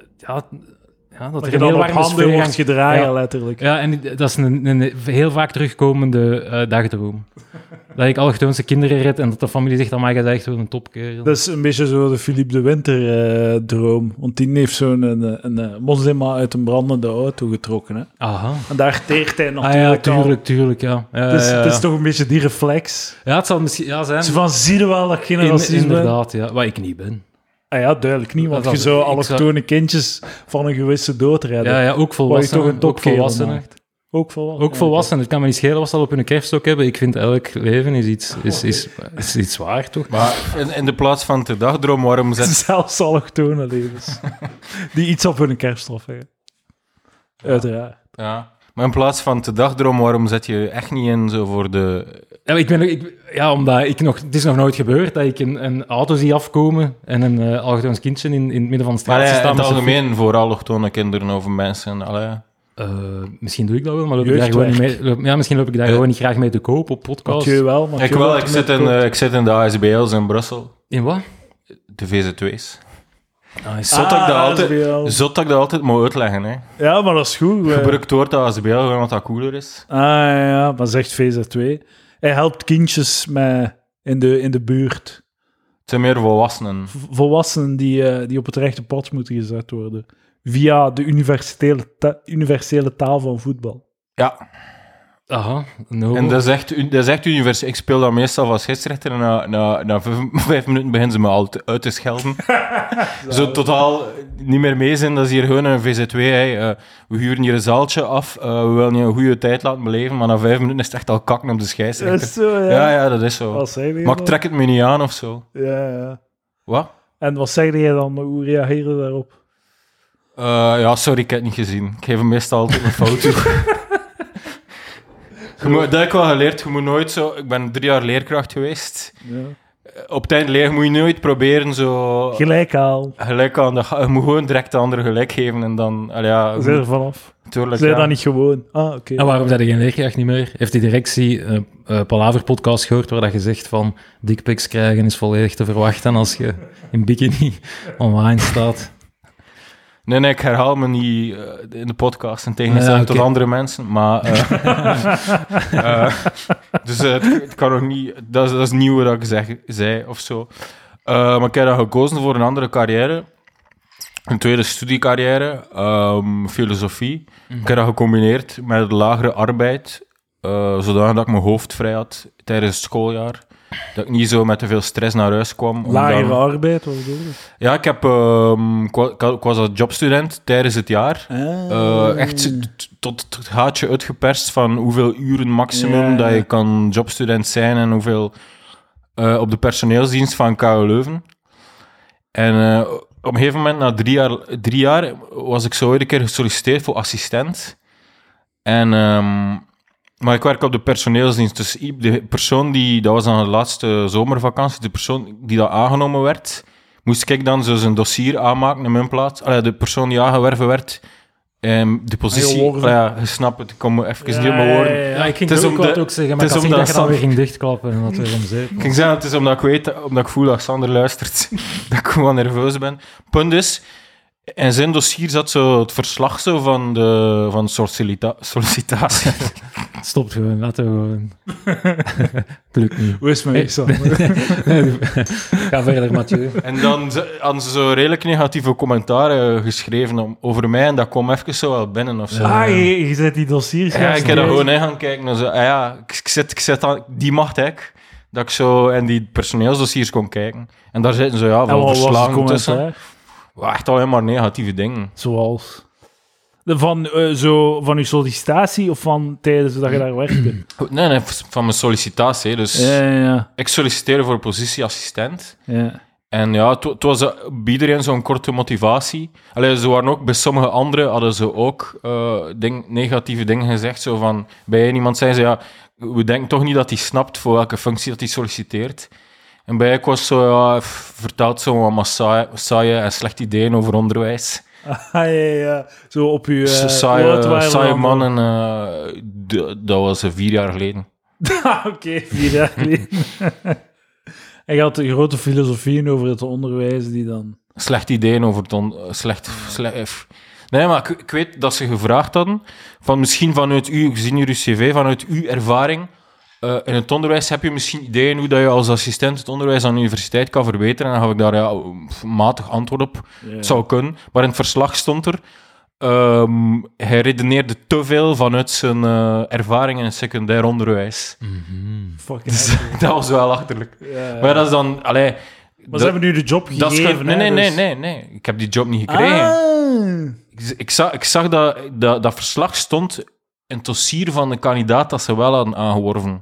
dat je dan op handen wordt gedragen, letterlijk. Ja, en dat is een heel vaak terugkomende dagdroom. Dat ik allochtoonse kinderen red en dat de familie zegt, amai, dat is echt wel een topkerel. Dat is een beetje zo de Philippe de Winter droom. Want die heeft zo'n een moslima uit een brandende auto getrokken. Hè? Aha. En daar teert hij natuurlijk tuurlijk, ja. Het is toch een beetje die reflex. Ja, het zal misschien zijn. Zo van, zie je wel dat ik geen racist ben? Inderdaad, ja. Wat ik niet ben. Ah ja, duidelijk niet, want je zou allochtone kindjes van een gewisse dood redden. Ja, ook volwassenen. Ook volwassenen. Ook volwassenen. Het kan me niet schelen wat ze al op hun kerfstok hebben. Ik vind elk leven is iets waar, toch? Maar in de plaats van de dagdroom, waarom zet... Zelfs allochtone levens. Die iets op hun kerststof hebben. Uiteraard. Ja. Maar in plaats van de dagdroom, waarom zet je echt niet in zo voor de... Ja, omdat het is nog nooit gebeurd dat ik een auto zie afkomen en een allochtoons kindje in het midden van de straat staan. Maar in het algemeen voor allochtone kinderen of mensen, misschien doe ik dat wel, maar loop ik daar gewoon niet mee. Ja, misschien loop ik daar gewoon niet graag mee te koop op podcast. Ik wel. Ik zit in de ASBL's in Brussel. In wat? De VZ2's. Nice. Zot dat ik dat altijd moet uitleggen. Hè. Ja, maar dat is goed. Gebruik het woord ASBL, gewoon wat dat cooler is. Ja, maar zegt VZ2. Hij helpt kindjes in de buurt. Het zijn meer volwassenen. Volwassenen die op het rechte pad moeten gezet worden. Via de universele taal van voetbal. Ja. Aha. En dat is echt universeel. Ik speel dat meestal van scheidsrechter en na 5 minuten beginnen ze me al uit te schelden. Zo totaal niet meer mee zijn. Dat is hier gewoon een VZ2. We huren hier een zaaltje af. We willen je een goede tijd laten beleven. Maar na 5 minuten is het echt al kakken op de scheidsrechter. Dat is zo, ja. Ja, dat is zo. Maar ik trek het me niet aan of zo. Ja. Wat? En wat zeg jij dan? Hoe reageer je daarop? Sorry, ik heb het niet gezien. Ik geef hem meestal altijd een foto. Dat heb ik wel geleerd. Je moet nooit zo... Ik ben 3 jaar leerkracht geweest. Ja. Op het eind leren moet je nooit proberen zo... Gelijk aan. Je moet gewoon direct de andere gelijk geven en dan... Zijn er vanaf. Tuurlijk, zijn dat niet gewoon? Oké. En waarom zijn er geen leerkracht niet meer? Heeft die directie Palaver podcast gehoord waar dat je zegt van dickpics krijgen is volledig te verwachten als je in bikini online staat? Nee, ik herhaal me niet in de podcast in tegenstelling tot andere mensen, maar... dus het kan nog niet... Dat is nieuw wat ik zei, of zo. Maar ik heb dan gekozen voor een andere carrière. Een tweede studiecarrière, filosofie. Ik heb dat gecombineerd met lagere arbeid, zodat ik mijn hoofd vrij had tijdens het schooljaar. Dat ik niet zo met te veel stress naar huis kwam. Lagere arbeid, wat bedoel je? Ja, ik was als jobstudent tijdens het jaar. Echt tot het gaatje uitgeperst van hoeveel uren maximum dat je kan jobstudent zijn en hoeveel op de personeelsdienst van KU Leuven. En op een gegeven moment, na 3 jaar, was ik zo een keer gesolliciteerd voor assistent. Maar ik werk op de personeelsdienst, dus de persoon dat was aan de laatste zomervakantie, de persoon die dat aangenomen werd, moest ik dan zo zijn dossier aanmaken in mijn plaats. De persoon die aangewerven werd, de positie... je snapt het, ik kom even niet op mijn woorden. Ja, ik ging het ook zeggen, maar ik had dat je dan weer ging dichtklappen en dat weer om zeep. Ik ging zeggen, het is omdat ik weet, omdat ik voel dat Sander luistert, dat ik gewoon nerveus ben. Punt is, in zijn dossier zat zo het verslag zo van sollicitatie. Stopt gewoon, laten we gewoon. Het lukt niet. Hoe is het met Sam? Ga verder, Mathieu. En dan hadden ze zo redelijk negatieve commentaren geschreven over mij en dat kwam even zo wel binnen of zo. Je zet die dossiers. Ja, ik heb er gewoon in gaan kijken en zo, ik zit aan, die macht ik, dat ik zo in die personeelsdossiers kon kijken. En daar zitten zo veel verslagen tussen. Echt alleen maar negatieve dingen. Zoals? Van uw sollicitatie of van tijdens dat je daar werkte? Nee, van mijn sollicitatie. Dus Ja. ik solliciteerde voor een positie assistent. Ja. En ja, het was bij iedereen zo'n korte motivatie. Allee, ze waren ook, bij sommige anderen hadden ze ook negatieve dingen gezegd. Zo van, bij iemand zei ze, ja, we denken toch niet dat hij snapt voor welke functie dat hij solliciteert. En bij ik was zo, verteld zo wat saaie en slechte ideeën over onderwijs. Ja. Zo op uw... Saaie man en dat was 4 jaar geleden. Oké, 4 jaar geleden. En je had de grote filosofieën over het onderwijs die dan... Slechte ideeën over het Nee, maar ik weet dat ze gevraagd hadden, van misschien vanuit u, gezien uw cv, vanuit uw ervaring, in het onderwijs heb je misschien ideeën hoe dat je als assistent het onderwijs aan de universiteit kan verbeteren. En dan heb ik daar matig antwoord op. Ja. Het zou kunnen. Maar in het verslag stond er, hij redeneerde te veel vanuit zijn ervaring in het secundair onderwijs. Fucking Dus, dat was wel achterlijk. Ja. Maar dat is dan... Maar ze hebben nu de job gegeven. Nee. Ik heb die job niet gekregen. Ik zag dat verslag stond in het dossier van de kandidaat dat ze wel hadden aangeworven.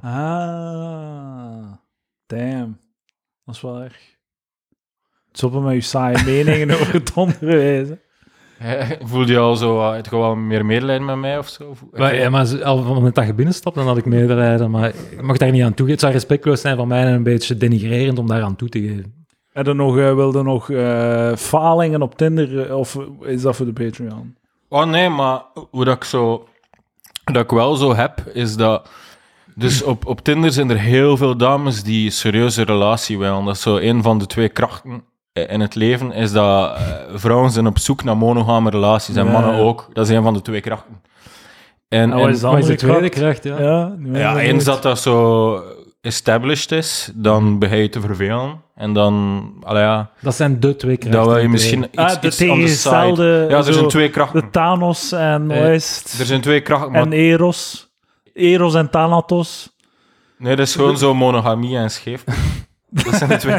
Damn. Dat is wel erg. Stoppen met je saaie meningen over het onderwijs. Voelde je al zo, het wel meer medelijden met mij of zo? Maar op het moment dat je binnenstapt, dan had ik medelijden. Maar ik mag daar niet aan toegeven. Het zou respectloos zijn van mij en een beetje denigrerend om daar aan toe te geven. En wilde nog falingen op Tinder, of is dat voor de Patreon? Oh nee, maar hoe dat ik wel zo heb, is dat... Dus op Tinder zijn er heel veel dames die een serieuze relatie willen. Dat is zo een van de 2 krachten in het leven, is dat vrouwen zijn op zoek naar monogame relaties en mannen ook. Dat is een van de 2 krachten. Wat is de tweede kracht? Ja, eens dat zo established is, dan begin je te vervelen. En dan, dat zijn de 2 krachten. Dat wil je misschien iets on the side. Ja, er zijn 2 krachten. De Thanos en er zijn 2 krachten. En Eros. Eros en Thanatos. Nee, dat is gewoon zo monogamie en scheef. Dat zijn de 2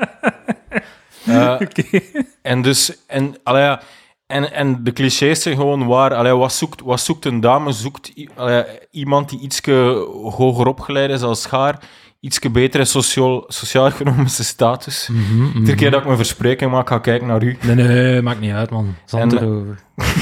Oké. En dus, en de clichés zijn gewoon waar. Wat zoekt een dame? Zoekt iemand die iets hoger opgeleid is als haar, iets betere sociaal-economische status. Iedere keer dat ik me verspreking maak, ga ik kijken naar u. Nee, maakt niet uit, man. Zand erover.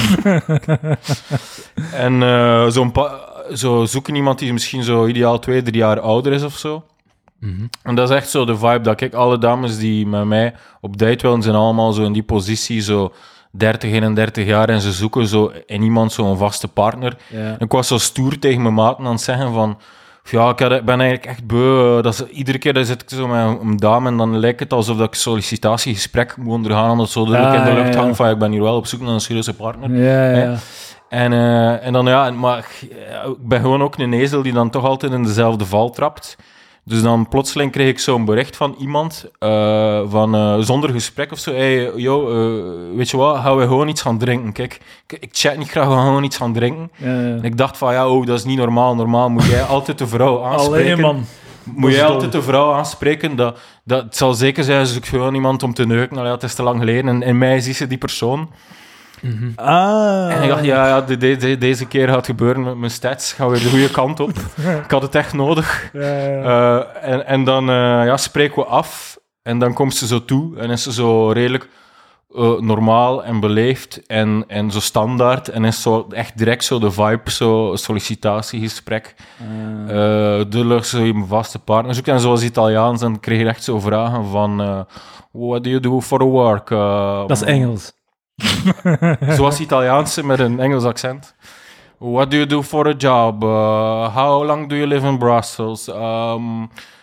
En zo zoeken iemand die misschien zo ideaal 2-3 jaar ouder is of zo. En dat is echt zo de vibe dat ik alle dames die met mij op date willen, zijn allemaal zo in die positie, zo 30, 31 jaar, en ze zoeken zo in iemand zo'n vaste partner. Ja. En ik was zo stoer tegen mijn maten aan het zeggen van, ja, ik ben eigenlijk echt beu. Iedere keer dan zit ik zo met een dame en dan lijkt het alsof ik een sollicitatiegesprek moet ondergaan, omdat het zo duidelijk in de lucht hangt van, ik ben hier wel op zoek naar een serieuze partner. Ja. En dan, maar ik ben gewoon ook een ezel die dan toch altijd in dezelfde val trapt. Dus dan plotseling kreeg ik zo'n bericht van iemand, zonder gesprek of zo. Hey, weet je wat, gaan we gewoon iets gaan drinken? Kijk, ik chat niet graag, we gaan gewoon iets gaan drinken. Ja. En ik dacht van, dat is niet normaal. Normaal moet jij altijd de vrouw aanspreken. Alleen, man. Moet jij altijd de vrouw aanspreken? Dat het zal zeker zijn, ze zoekt gewoon iemand om te neuken. Het is te lang geleden. En in mij ziet ze die persoon. En ik dacht, deze keer gaat het gebeuren met mijn stats. Gaan we de goede kant op. Ik had het echt nodig. En dan spreken we af. En dan komt ze zo toe. En is ze zo redelijk normaal en beleefd. En zo standaard. En is zo echt direct zo de vibe. Zo sollicitatiegesprek. Duidelijk zo je vaste partner zoekt. En zoals Italiaans. Dan kreeg je echt zo vragen van... what do you do for work? Dat is Engels. Zoals Italiaanse met een Engels accent. What do you do for a job? How long do you live in Brussels?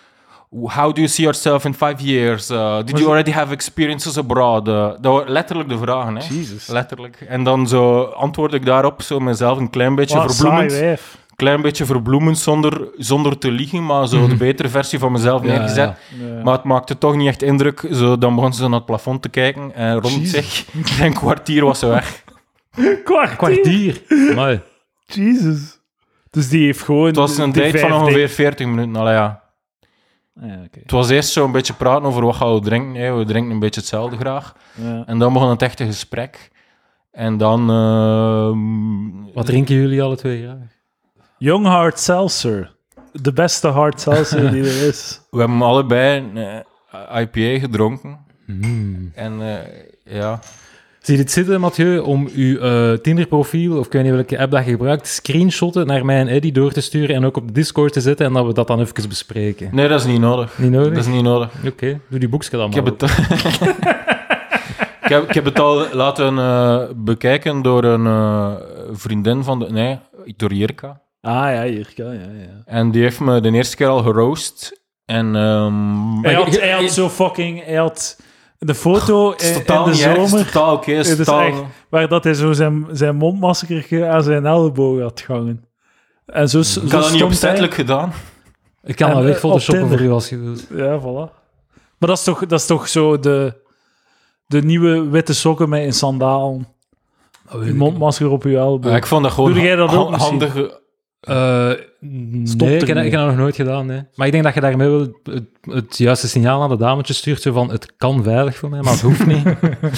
how do you see yourself in 5 years? Did you already have experiences abroad? Dat waren letterlijk de vragen, hè? Jesus. Letterlijk. En dan zo antwoord ik daarop zo mezelf een klein beetje Wat verbloemend. saai wijf. Klein beetje verbloemend, zonder te liegen, maar zo de betere versie van mezelf neergezet. Ja. Maar het maakte toch niet echt indruk. Zo, dan begon ze naar het plafond te kijken en rond zich. Een kwartier was ze weg. Kwartier? Mooi. Jesus. Dus die heeft gewoon... Het was een de date van 5 ongeveer 40 minuten. Allee, ja. Ja, oké. Het was eerst zo een beetje praten over wat gaan we drinken. Hè. We drinken een beetje hetzelfde graag. Ja. En dan begon het echte gesprek. En dan... Wat drinken jullie alle twee graag? Young Hard Seltzer. De beste hard seltzer die er is. we hebben allebei een IPA gedronken. En ja... Zie je dit zitten, Mathieu, om uw Tinder-profiel, of ik weet niet welke app dat je gebruikt, screenshotten naar mij en Eddie door te sturen en ook op de Discord te zetten en dat we dat dan even bespreken? Nee, dat is niet nodig. Niet nodig? Dat is niet nodig. Oké, doe die boekje dan Ik maar. heb het... ik heb het al laten bekijken door een vriendin van de... Nee, door Jirka. Ah ja, hier kan, ja. En die heeft me de eerste keer al geroost. En... Hij had zo fucking... Hij had de foto het is in totaal de niet erg, het is zomer... totaal oké. Het is Het is totaal... echt waar dat hij zo zijn mondmasker aan zijn elleboog had gehangen. En zo Ik had dat niet opzettelijk gedaan. Ik kan En, dat weg photoshoppen op Tinder. voor u als je wilt. Ja, voilà. Maar dat is toch zo de nieuwe witte sokken met een sandaal. Je mondmasker op je elleboog. Ja, ik vond dat gewoon Doe jij dat ook misschien? handig. Nee, ik heb dat nog nooit gedaan. Nee. Maar ik denk dat je daarmee wel het juiste signaal aan de dametjes stuurt. Zo van, het kan veilig voor mij, maar het hoeft niet.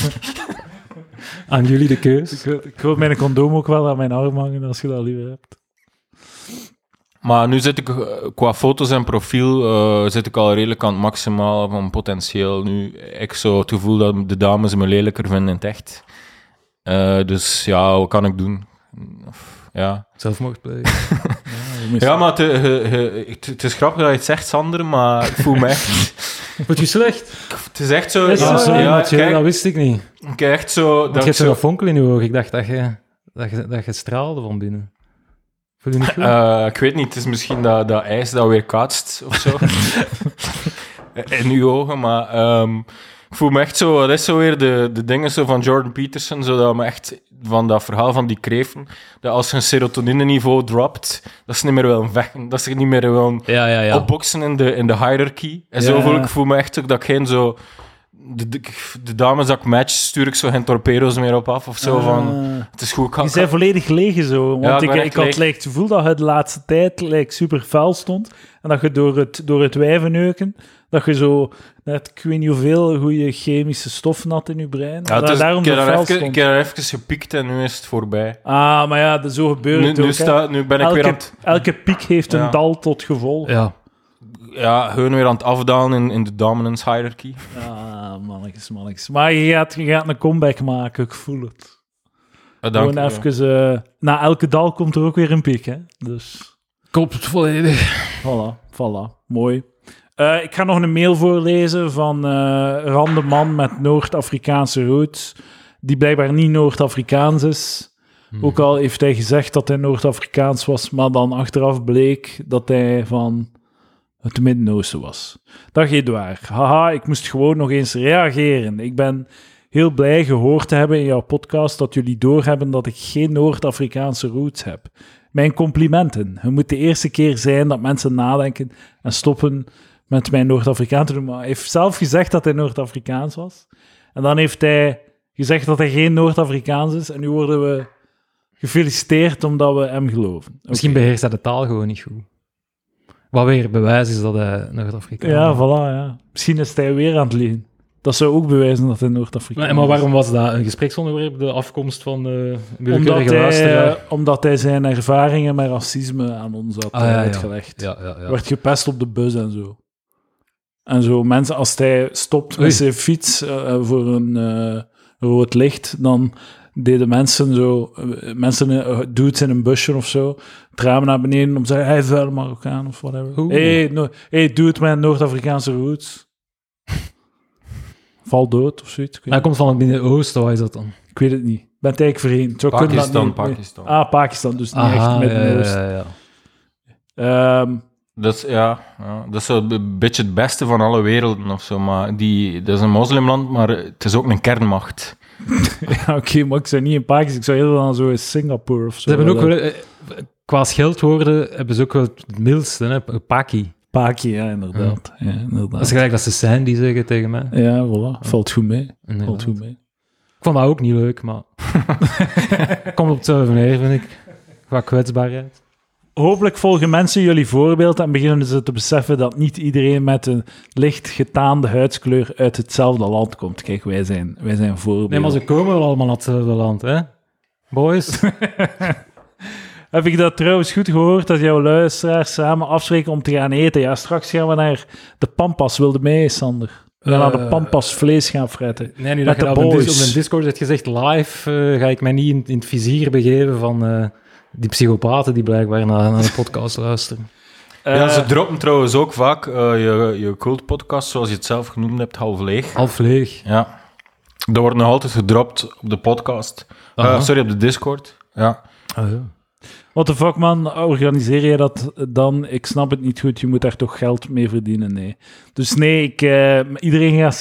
Aan jullie de keus. Ik wil mijn condoom ook wel aan mijn arm hangen als je dat liever hebt. Maar nu zit ik qua foto's en profiel zit ik al redelijk aan het maximaal van potentieel. Nu ik zo het gevoel dat de dames me lelijker vinden in het echt. Dus ja, wat kan ik doen? Ja. Zelfmoord plegen. Ja, maar het is grappig dat je het zegt, Sander, maar ik voel me echt... Wordt je slecht? Het is echt zo... Is Ja, dat sorry, zo? Mathieu, kijk, dat wist ik niet. ik echt zo... Want je Dat hebt ik zo'n zo fonkel in je ogen. Ik dacht dat je straalde van binnen. Voel je niet goed? ik weet niet, het is misschien dat ijs dat weer kaatst of zo. In uw ogen, maar... ik voel me echt zo... Dat is zo weer de dingen zo van Jordan Peterson, zo dat me echt... Van dat verhaal van die kreeften, dat als je een serotonine-niveau dropt, dat ze niet meer willen vechten, dat ze niet meer willen Ja. opboksen in de hierarchy. En Ja. zo voel me echt ook dat ik geen zo... De dames dat ik match, stuur ik zo geen torpedo's meer op af of zo van... Het is goed, Je bent volledig leeg zo. Want ik ben ik echt had leeg. het gevoel dat je de laatste tijd super vuil stond. En dat je door het wijvenneuken, dat je zo net, ik weet niet hoeveel goede chemische stoffen had in je brein. Ja, dat daarom ik heb zo daar vuil even, stond. ik heb daar even gepikt en nu is het voorbij. Ah, maar ja, zo gebeurt het ook. Hè. Nu ben ik weer aan het... Elke piek heeft Ja. een dal tot gevolg. Ja. Ja, gewoon weer aan het afdalen in de dominance hierarchy. Ah, mannetjes. Maar je gaat een comeback maken, ik voel het. Dank Gewoon je. even... na elke dal komt er ook weer een piek, hè. Dus... Klopt het volledig. Voilà. Mooi. Ik ga nog een mail voorlezen van random man met Noord-Afrikaanse roots, die blijkbaar niet Noord-Afrikaans is. Ook al heeft hij gezegd dat hij Noord-Afrikaans was, maar dan achteraf bleek dat hij van het Midden-Oosten was. Dag Edouard. Haha, ik moest gewoon nog eens reageren. Ik ben heel blij gehoord te hebben in jouw podcast dat jullie doorhebben dat ik geen Noord-Afrikaanse roots heb. Mijn complimenten. Het moet de eerste keer zijn dat mensen nadenken en stoppen met mijn Noord-Afrikaan te doen. Maar hij heeft zelf gezegd dat hij Noord-Afrikaans was. En dan heeft hij gezegd dat hij geen Noord-Afrikaans is. En nu worden we gefeliciteerd omdat we hem geloven. Misschien beheerst hij de taal gewoon niet goed. Wat weer bewijs is dat hij Noord-Afrikaans Ja, is. voilà, ja. Misschien is hij weer aan het liegen. Dat zou ook bewijzen dat hij Noord-Afrikaans is. Maar waarom was dat een gespreksonderwerp, de afkomst van willekeurige luisteraar? Omdat hij zijn ervaringen met racisme aan ons had uitgelegd. Ja. Werd gepest op de bus en zo. En zo, mensen, als hij stopt met Oei. zijn fiets voor een rood licht, dan deden mensen zo, dudes in een busje of zo, het raam naar beneden om te zeggen, hij vuile Marokkaan of whatever. Oeh. Hey, dude met Noord-Afrikaanse roots. Val dood of zoiets. Ik weet, Hij komt van het Midden-Oosten, wat is dat dan? ik weet het niet. Ben het eigenlijk vergeten. Zo kunnen dat niet. Pakistan. Ah, Pakistan, dus niet echt Aha, Midden-Oosten. ja. Dat is, ja, dat is zo een beetje het beste van alle werelden of zo. Maar dat is een moslimland, maar het is ook een kernmacht. Ja, oké, maar ik zou niet in Pakistan, ik zou eerder dan zo in Singapore of zo. Ze hebben ook wel, qua scheldwoorden hebben ze ook wel het mildste, hè? Paki. Paki, ja, inderdaad. Ja, inderdaad. Dat is gelijk dat ze Sandy zeggen tegen mij. Ja, voilà. Valt goed mee. Inderdaad. Valt goed mee. Ik vond dat ook niet leuk, maar... Komt op hetzelfde neer, vind ik. Qua kwetsbaarheid. Hopelijk volgen mensen jullie voorbeeld en beginnen ze te beseffen dat niet iedereen met een licht getaande huidskleur uit hetzelfde land komt. Kijk, wij zijn voorbeelden. Nee, maar ze komen wel allemaal uit hetzelfde land, hè? Boys. Heb ik dat trouwens goed gehoord, dat jouw luisteraars samen afspreken om te gaan eten? Ja, straks gaan we naar de Pampas. Wilde mee, Sander? We gaan naar de Pampas vlees gaan fretten. Nee, nu met dat je de dat boys. op een Discord hebt gezegd live, ga ik mij niet in het vizier begeven van die psychopaten die blijkbaar naar de podcast luisteren. Ja, ze droppen trouwens ook vaak je cult-podcast, zoals je het zelf genoemd hebt, half leeg. Half leeg. Ja. Dat wordt nog altijd gedropt op de podcast. Sorry, op de Discord. Ja. Oh, ja. What the fuck, man? Organiseer je dat dan? Ik snap het niet goed. Je moet daar toch geld mee verdienen? Nee. Dus nee, iedereen gaat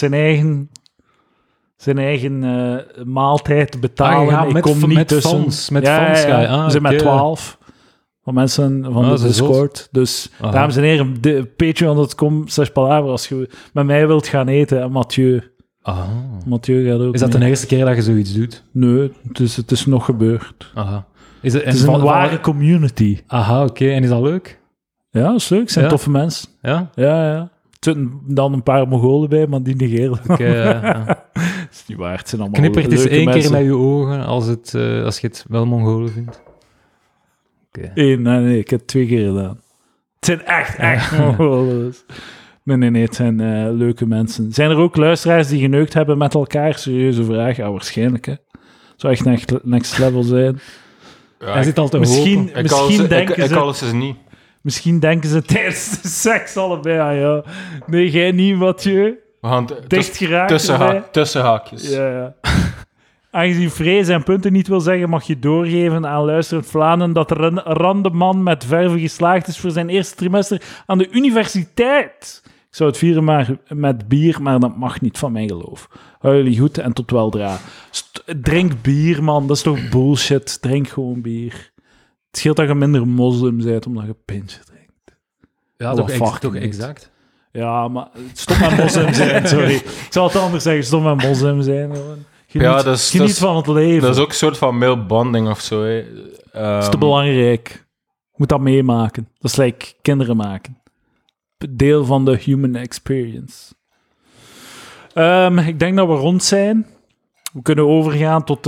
zijn eigen maaltijd betalen. Ja, ik kom niet met tussen. fans. Met fans ga je. We zijn met 12 van mensen van de Discord. Dus, dames en heren, patreon.com/palaver als je met mij wilt gaan eten. En Mathieu gaat ook Is dat mee. de eerste keer dat je zoiets doet? Nee, het is nog gebeurd. Aha. Het is een ware community. Aha, oké. En is dat leuk? Ja, dat is leuk. Het zijn toffe mensen. Ja? Ja. Er zitten dan een paar Mongolen bij, maar die negeren. Ja. Dat is niet waar. Het zijn allemaal Knipper het eens leuke 1 keer mensen. met je ogen als je het wel Mongolen vindt. Oké. Nee, ik heb het 2 keer gedaan. Het zijn echt Mongolen. Dus. Nee, het zijn leuke mensen. Zijn er ook luisteraars die geneukt hebben met elkaar? Serieuze vraag? Ja, waarschijnlijk, hè. Zou echt next level zijn. Ja, Hij zit al te Misschien denken ze... Ik alles is niet. Misschien denken ze tijdens de seks allebei, ja. Nee, jij niet, Mathieu. We gaan Dicht geraakt erbij. tussen haakjes. Ja. Aangezien Free zijn punten niet wil zeggen, mag je doorgeven aan luisterend Vlaanderen dat er een randeman met verve geslaagd is voor zijn eerste trimester aan de universiteit. Ik zou het vieren maar met bier, maar dat mag niet van mijn geloof. Hou jullie goed en tot weldra. Drink bier, man. Dat is toch bullshit. Drink gewoon bier. Het scheelt dat je minder moslim bent omdat je pintje drinkt. Ja, toch exact. Ja, maar stop met moslim zijn, sorry. Ik zal het anders zeggen, stop met moslim zijn. Geniet van het leven. Dat is ook een soort van male bonding of zo. Hè. Dat is te belangrijk. Je moet dat meemaken. Dat is like kinderen maken. Deel van de human experience. Ik denk dat we rond zijn. We kunnen overgaan tot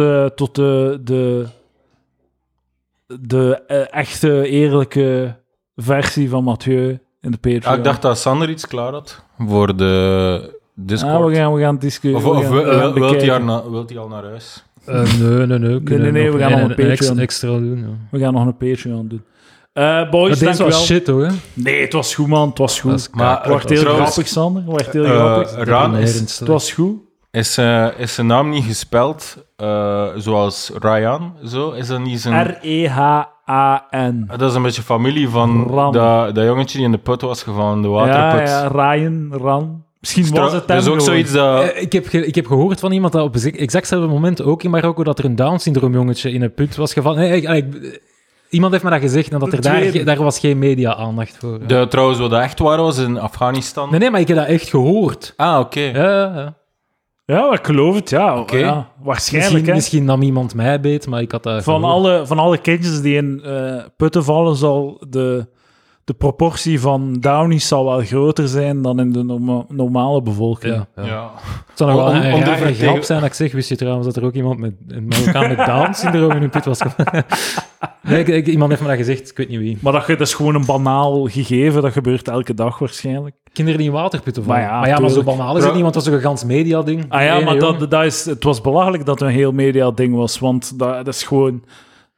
de echte, eerlijke versie van Mathieu in de Patreon. Ik dacht dat Sander iets klaar had voor de Discord. We gaan discussiëren. Of wilt hij al naar huis? Nee. We gaan nog een Patreon extra doen. Ja. We gaan nog een Patreon doen. Boys, maar deze was shit, hoor. Nee, het was goed, man. Het was goed. Maar het was heel grappig, Sander. Het was heel grappig. Raan het was goed. Is zijn naam niet gespeld zoals Ryan? Zo? Is dat niet zijn... R-E-H-A-N. Dat is een beetje familie van dat jongetje die in de put was gevallen, de waterput. Ja, Ran. Misschien was het hem. Dat is ook zoiets dat... Ik heb gehoord van iemand dat op exact hetzelfde moment ook in Marokko dat er een Down-syndroom jongetje in een put was gevallen. Iemand heeft me dat gezegd en dat er daar was geen media-aandacht voor. Trouwens, wat dat echt waar was in Afghanistan. Nee, maar ik heb dat echt gehoord. Ah, oké. Ja. Ja, ik geloof het, ja. Okay. Ja, waarschijnlijk, misschien nam iemand mij beet, maar ik had dat van alle kindjes die in putten vallen, zal de proportie van Downies zal wel groter zijn dan in de normale bevolking. Ja. Het zou nog wel een rare grap zijn dat ik zeg, wist je trouwens dat er ook iemand met Down-syndroom in hun put was gevallen? Nee, iemand heeft me dat gezegd, ik weet niet wie. Maar dat is gewoon een banaal gegeven, dat gebeurt elke dag waarschijnlijk. Kinderen die in waterputten vallen. Maar zo banaal is het niet, want het was ook een gans media-ding. Maar het was belachelijk dat het een heel media-ding was, want dat is gewoon...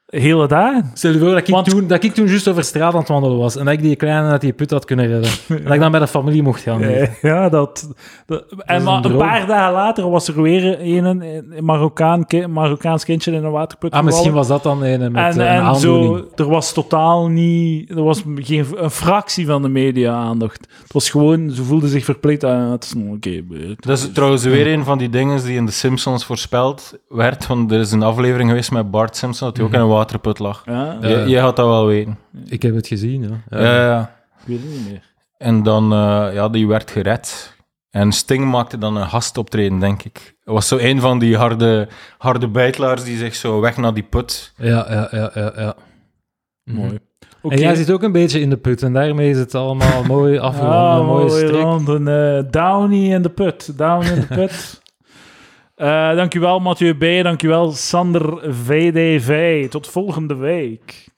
Hele dagen. Stel je voor Want- dat ik toen juist over straat aan het wandelen was en dat ik die kleine uit die put had kunnen redden. En dat ik dan bij de familie mocht gaan. Ja, en is maar een een droom. paar dagen later was er weer een Marokkaans kindje in een waterput Ah, misschien gevallen. was dat dan een met een En aandoening. zo, er was totaal niet... Er was geen een fractie van de media-aandacht. Het was gewoon... Ze voelden zich verplicht aan... Het is oké. Dat is trouwens weer een van die dingen die in The Simpsons voorspeld werd. Want er is een aflevering geweest met Bart Simpson dat hij ook in een waterput lag. Ja, Jij had dat wel weten. Ik heb het gezien, ja. Ja. ik weet het niet meer. En dan, die werd gered. En Sting maakte dan een gastoptreden, denk ik. Het was zo een van die harde bijtelaars die zich zo weg naar die put... Ja. Mooi. En jij zit ook een beetje in de put en daarmee is het allemaal mooi afgerond, een mooie strik. Downy in de put. Down in de put. Dankjewel Mathieu B. Dankjewel Sander VDV. Tot volgende week.